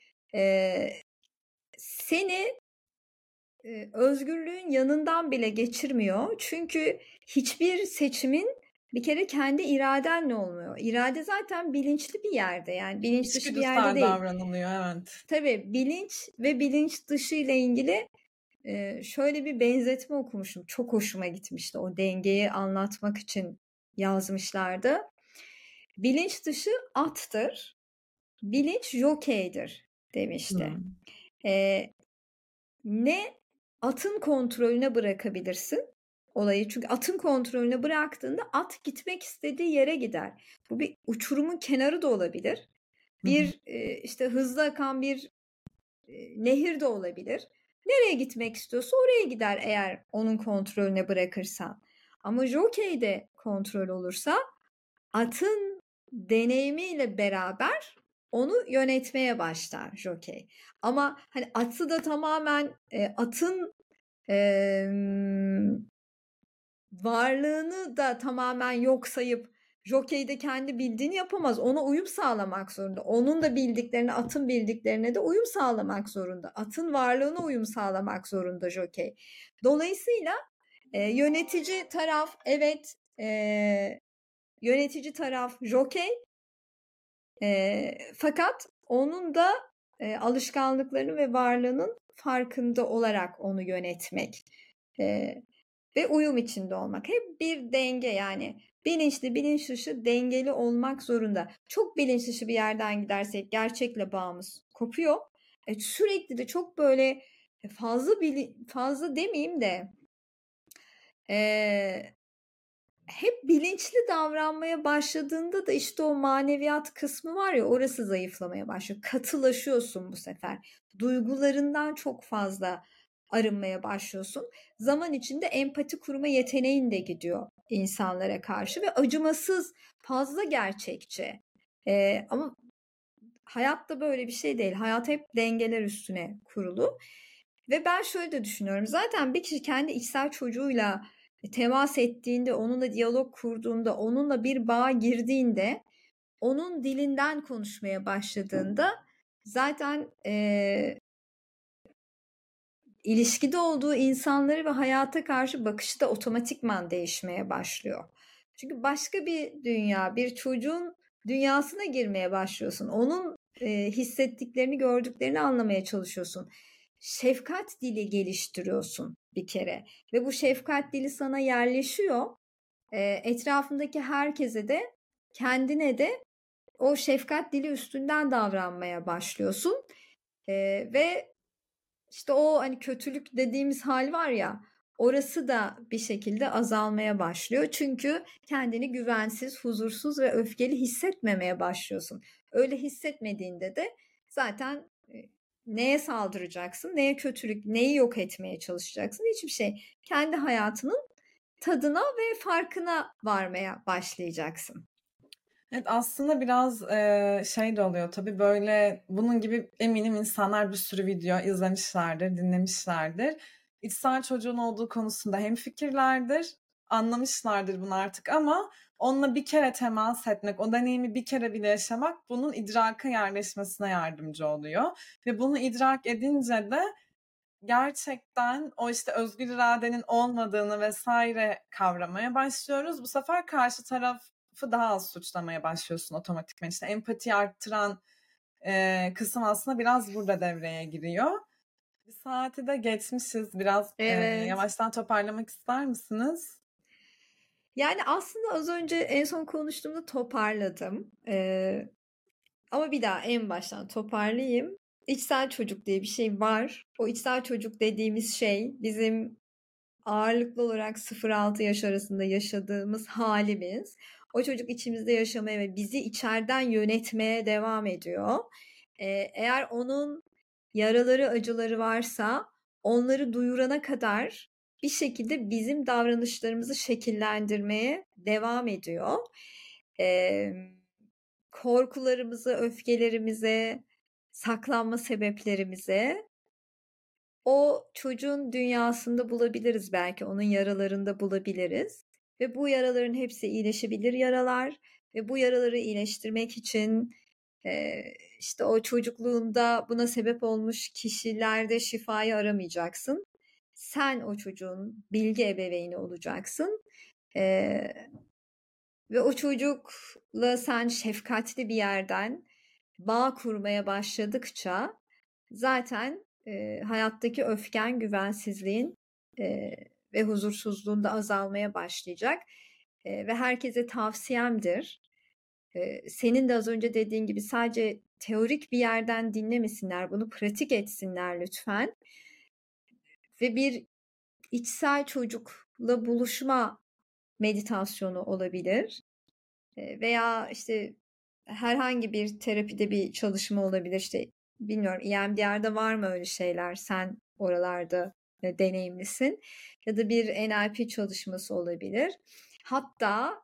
seni özgürlüğün yanından bile geçirmiyor. Çünkü hiçbir seçimin bir kere kendi iradenle olmuyor. İrade zaten bilinçli bir yerde, yani bilinç dışı bir yerde İçgüdüsel değil. davranılıyor, evet. Tabii bilinç ve bilinç dışı ile ilgili şöyle bir benzetme okumuştum. Çok hoşuma gitmişti. O dengeyi anlatmak için yazmışlardı. Bilinç dışı attır, bilinç jokeydir demişti. Ne atın kontrolüne bırakabilirsin olayı. Çünkü atın kontrolüne bıraktığında at gitmek istediği yere gider. Bu bir uçurumun kenarı da olabilir. Bir işte hızlı akan bir nehir de olabilir. Nereye gitmek istiyorsa oraya gider eğer onun kontrolüne bırakırsan. Ama jokeyde kontrol olursa atın deneyimiyle beraber onu yönetmeye başlar jokey. Ama hani atı da tamamen atın varlığını da tamamen yok sayıp jokey de kendi bildiğini yapamaz. Ona uyum sağlamak zorunda. Onun da bildiklerine, atın bildiklerine de uyum sağlamak zorunda. Atın varlığına uyum sağlamak zorunda jokey. Dolayısıyla yönetici taraf evet yönetici taraf jokey fakat onun da alışkanlıklarının ve varlığının farkında olarak onu yönetmek ve uyum içinde olmak. Hep bir denge, yani bilinçli bilinç dışı dengeli olmak zorunda. Çok bilinç dışı bir yerden gidersek gerçekle bağımız kopuyor. Sürekli de çok böyle fazla demeyeyim de hep bilinçli davranmaya başladığında da işte o maneviyat kısmı var ya, orası zayıflamaya başlıyor. Katılaşıyorsun bu sefer. Duygularından çok fazla arınmaya başlıyorsun. Zaman içinde empati kurma yeteneğin de gidiyor insanlara karşı ve acımasız, fazla gerçekçi. Ama hayatta böyle bir şey değil. Hayat hep dengeler üstüne kurulu. Ve ben şöyle de düşünüyorum. Zaten bir kişi kendi içsel çocuğuyla temas ettiğinde, onunla diyalog kurduğunda, onunla bir bağa girdiğinde, onun dilinden konuşmaya başladığında zaten ilişkide olduğu insanları ve hayata karşı bakışı da otomatikman değişmeye başlıyor. Çünkü başka bir dünya, bir çocuğun dünyasına girmeye başlıyorsun. Onun hissettiklerini, gördüklerini anlamaya çalışıyorsun. Şefkat dili geliştiriyorsun bir kere ve bu şefkat dili sana yerleşiyor. Etrafındaki herkese de, kendine de o şefkat dili üstünden davranmaya başlıyorsun. Ve işte o hani kötülük dediğimiz hal var ya, orası da bir şekilde azalmaya başlıyor. Çünkü kendini güvensiz, huzursuz ve öfkeli hissetmemeye başlıyorsun. Öyle hissetmediğinde de zaten neye saldıracaksın, neye kötülük, neyi yok etmeye çalışacaksın? Hiçbir şey. Kendi hayatının tadına ve farkına varmaya başlayacaksın. Evet, aslında biraz şey de oluyor tabii, böyle bunun gibi eminim insanlar bir sürü video izlemişlerdir, dinlemişlerdir. İçsel çocuğun olduğu konusunda hemfikirlerdir, anlamışlardır bunu artık ama onunla bir kere temas etmek, o deneyimi bir kere bile yaşamak bunun idraka yerleşmesine yardımcı oluyor. Ve bunu idrak edince de gerçekten o işte özgür iradenin olmadığını vesaire kavramaya başlıyoruz. Bu sefer karşı tarafı daha az suçlamaya başlıyorsun otomatikman. İşte empatiyi arttıran kısım aslında biraz burada devreye giriyor. Bir saati de geçmişiz. Biraz Evet. yavaştan toparlamak ister misiniz? Yani aslında az önce en son konuştuğumda toparladım. Ama bir daha en baştan toparlayayım. İçsel çocuk diye bir şey var. O içsel çocuk dediğimiz şey bizim ağırlıklı olarak 0-6 yaş arasında yaşadığımız halimiz. O çocuk içimizde yaşamaya ve bizi içeriden yönetmeye devam ediyor. Eğer onun yaraları, acıları varsa onları duyurana kadar bir şekilde bizim davranışlarımızı şekillendirmeye devam ediyor. Korkularımızı, öfkelerimize, saklanma sebeplerimize o çocuğun dünyasında bulabiliriz belki, onun yaralarında bulabiliriz. ve bu yaraların hepsi iyileşebilir yaralar ve bu yaraları iyileştirmek için işte o çocukluğunda buna sebep olmuş kişilerde şifayı aramayacaksın. Sen o çocuğun bilgi ebeveyni olacaksın. Ve o çocukla sen şefkatli bir yerden bağ kurmaya başladıkça zaten hayattaki öfken, güvensizliğin ve huzursuzluğun da azalmaya başlayacak. Ve herkese tavsiyemdir. Senin de az önce dediğin gibi sadece teorik bir yerden dinlemesinler, bunu pratik etsinler lütfen. Ve bir içsel çocukla buluşma meditasyonu olabilir. Veya işte herhangi bir terapide bir çalışma olabilir. İşte bilmiyorum, EMDR'da var mı öyle şeyler? Sen oralarda deneyimlisin. Ya da bir NLP çalışması olabilir. Hatta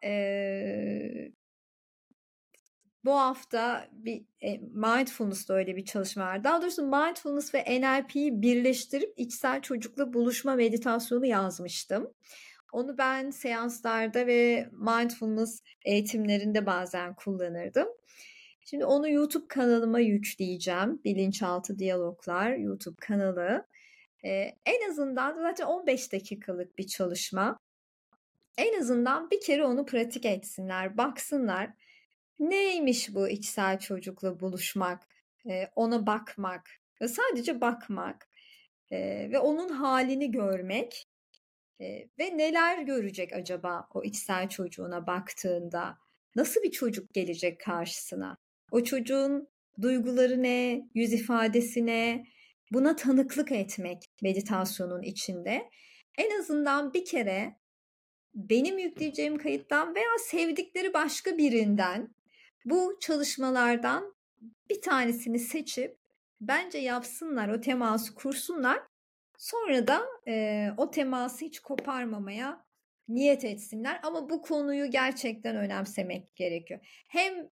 bu hafta bir mindfulness'ta öyle bir çalışma var. Daha doğrusu mindfulness ve NLP'yi birleştirip içsel çocukla buluşma meditasyonu yazmıştım. Onu ben seanslarda ve mindfulness eğitimlerinde bazen kullanırdım. Şimdi onu YouTube kanalıma yükleyeceğim. Bilinçaltı Diyaloglar YouTube kanalı. En azından zaten 15 dakikalık bir çalışma. En azından bir kere onu pratik etsinler, baksınlar. Neymiş bu içsel çocukla buluşmak, ona bakmak, sadece bakmak ve onun halini görmek ve neler görecek acaba o içsel çocuğuna baktığında? Nasıl bir çocuk gelecek karşısına? O çocuğun duyguları ne, yüz ifadesi ne? Buna tanıklık etmek meditasyonun içinde. En azından bir kere benim yükleyeceğim kayıttan veya sevdikleri başka birinden bu çalışmalardan bir tanesini seçip bence yapsınlar, o teması kursunlar. Sonra da o teması hiç koparmamaya niyet etsinler. Ama bu konuyu gerçekten önemsemek gerekiyor. Hem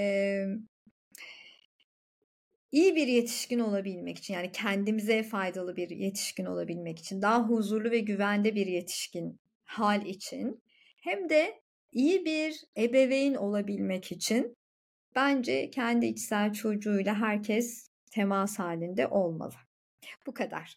iyi bir yetişkin olabilmek için, yani kendimize faydalı bir yetişkin olabilmek için, daha huzurlu ve güvende bir yetişkin hal için, hem de iyi bir ebeveyn olabilmek için bence kendi içsel çocuğuyla herkes temas halinde olmalı. Bu kadar.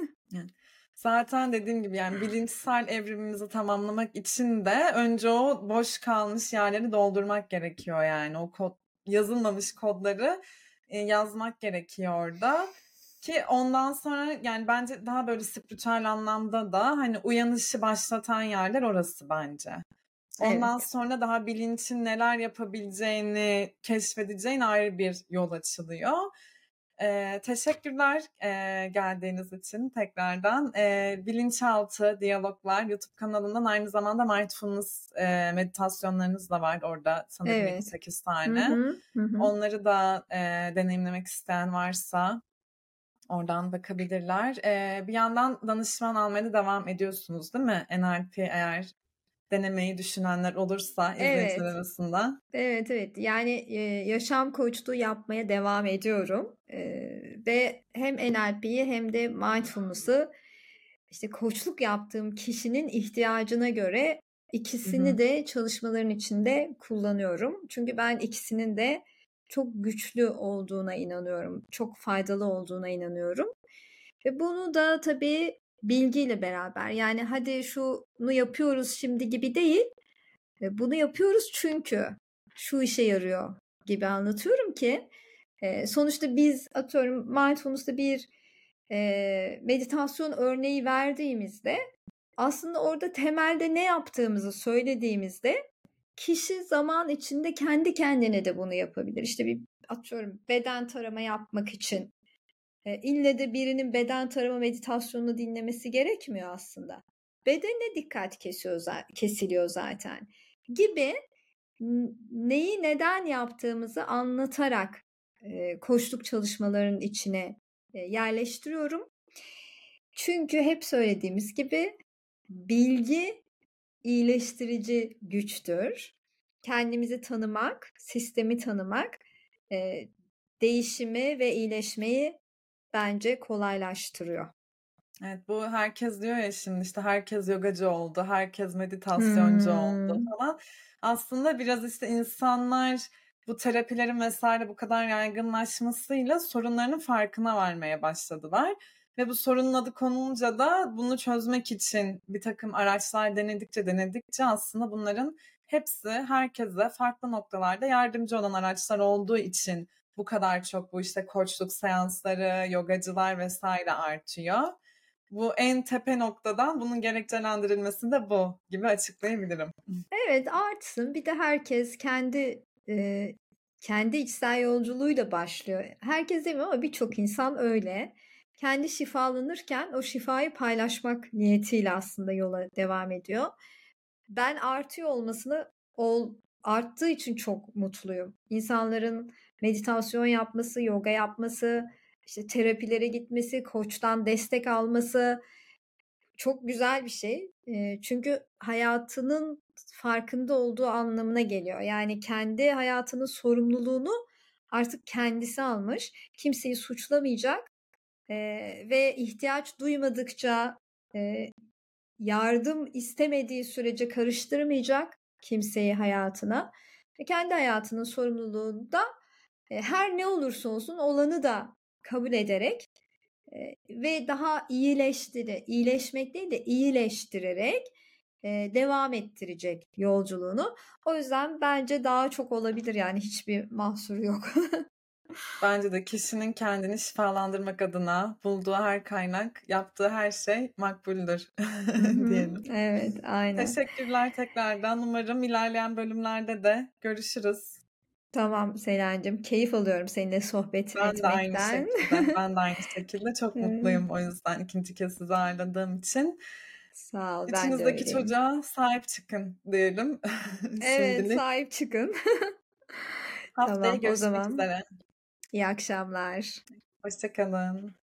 Zaten dediğim gibi yani bilinçsel evrimimizi tamamlamak için de önce o boş kalmış yerleri doldurmak gerekiyor yani. O kod, yazılmamış kodları yazmak gerekiyor orada. Ki ondan sonra yani bence daha böyle spiritüel anlamda da hani uyanışı başlatan yerler orası bence. Ondan Evet. sonra daha bilinçin neler yapabileceğini keşfedeceğin ayrı bir yol açılıyor. Teşekkürler geldiğiniz için tekrardan. Bilinçaltı Diyaloglar YouTube kanalından aynı zamanda mindfulness meditasyonlarınız da var orada sanırım Evet. 7-8 Hı tane. hı, hı hı. Onları da deneyimlemek isteyen varsa oradan bakabilirler. Bir yandan danışman almaya da devam ediyorsunuz değil mi? NLP eğer denemeyi düşünenler olursa izleyiciler Evet. arasında. Evet, evet. Yani yaşam koçluğu yapmaya devam ediyorum. Ve hem NLP'yi hem de mindfulness'ı işte koçluk yaptığım kişinin ihtiyacına göre Hı ikisini hı. de çalışmaların içinde kullanıyorum. Çünkü ben ikisinin de çok güçlü olduğuna inanıyorum. Çok faydalı olduğuna inanıyorum. Ve bunu da tabii bilgiyle beraber, yani hadi şunu yapıyoruz şimdi gibi değil. Bunu yapıyoruz çünkü şu işe yarıyor gibi anlatıyorum ki sonuçta biz atıyorum mindfulness'ta bir meditasyon örneği verdiğimizde aslında orada temelde ne yaptığımızı söylediğimizde kişi zaman içinde kendi kendine de bunu yapabilir. İşte bir atıyorum beden tarama yapmak için ille de birinin beden tarama meditasyonunu dinlemesi gerekmiyor aslında. Bedene dikkat kesiliyor zaten gibi neyi neden yaptığımızı anlatarak koçluk çalışmalarının içine yerleştiriyorum. Çünkü hep söylediğimiz gibi bilgi iyileştirici güçtür. Kendimizi tanımak, sistemi tanımak değişimi ve iyileşmeyi bence kolaylaştırıyor. Evet, bu herkes diyor ya şimdi işte herkes yogacı oldu, herkes meditasyoncu oldu Hmm. falan. Aslında biraz işte insanlar bu terapilerin vesaire bu kadar yaygınlaşmasıyla sorunlarının farkına varmaya başladılar. Ve bu sorunun adı konulunca da bunu çözmek için bir takım araçlar denedikçe aslında bunların hepsi herkese farklı noktalarda yardımcı olan araçlar olduğu için bu kadar çok bu işte koçluk seansları, yogacılar vesaire artıyor. Bu en tepe noktadan bunun gerekçelendirilmesi de bu gibi açıklayabilirim. Evet, artsın. Bir de herkes kendi içsel yolculuğuyla başlıyor. Herkes demiyor ama birçok insan öyle. Kendi şifalanırken o şifayı paylaşmak niyetiyle aslında yola devam ediyor. Ben artıyor olmasını arttığı için çok mutluyum. İnsanların meditasyon yapması, yoga yapması, işte terapilere gitmesi, koçtan destek alması çok güzel bir şey. Çünkü hayatının farkında olduğu anlamına geliyor. Yani kendi hayatının sorumluluğunu artık kendisi almış. Kimseyi suçlamayacak ve ihtiyaç duymadıkça, yardım istemediği sürece karıştırmayacak kimseyi hayatına ve kendi hayatının sorumluluğunda her ne olursa olsun olanı da kabul ederek ve daha iyileşmek değil de iyileştirerek devam ettirecek yolculuğunu. O yüzden bence daha çok olabilir, yani hiçbir mahsuru yok. Bence de kişinin kendini şifalandırmak adına bulduğu her kaynak, yaptığı her şey makbuldür Hı hı, diyelim. evet, aynen. Teşekkürler tekrardan. Umarım ilerleyen bölümlerde de görüşürüz. Tamam Selen'cim, keyif alıyorum seninle sohbet Ben de aynı etmekten. şekilde. Ben de aynı şekilde. Çok Evet, mutluyum o yüzden ikinci kez sizi ağırladığım için. sağ ol, ben de İçinizdeki öyleyim. çocuğa sahip çıkın diyelim. Evet, Şimdilik. sahip çıkın. Haftaya Tamam, o görüşmek zaman üzere. iyi akşamlar. Hoşça kalın.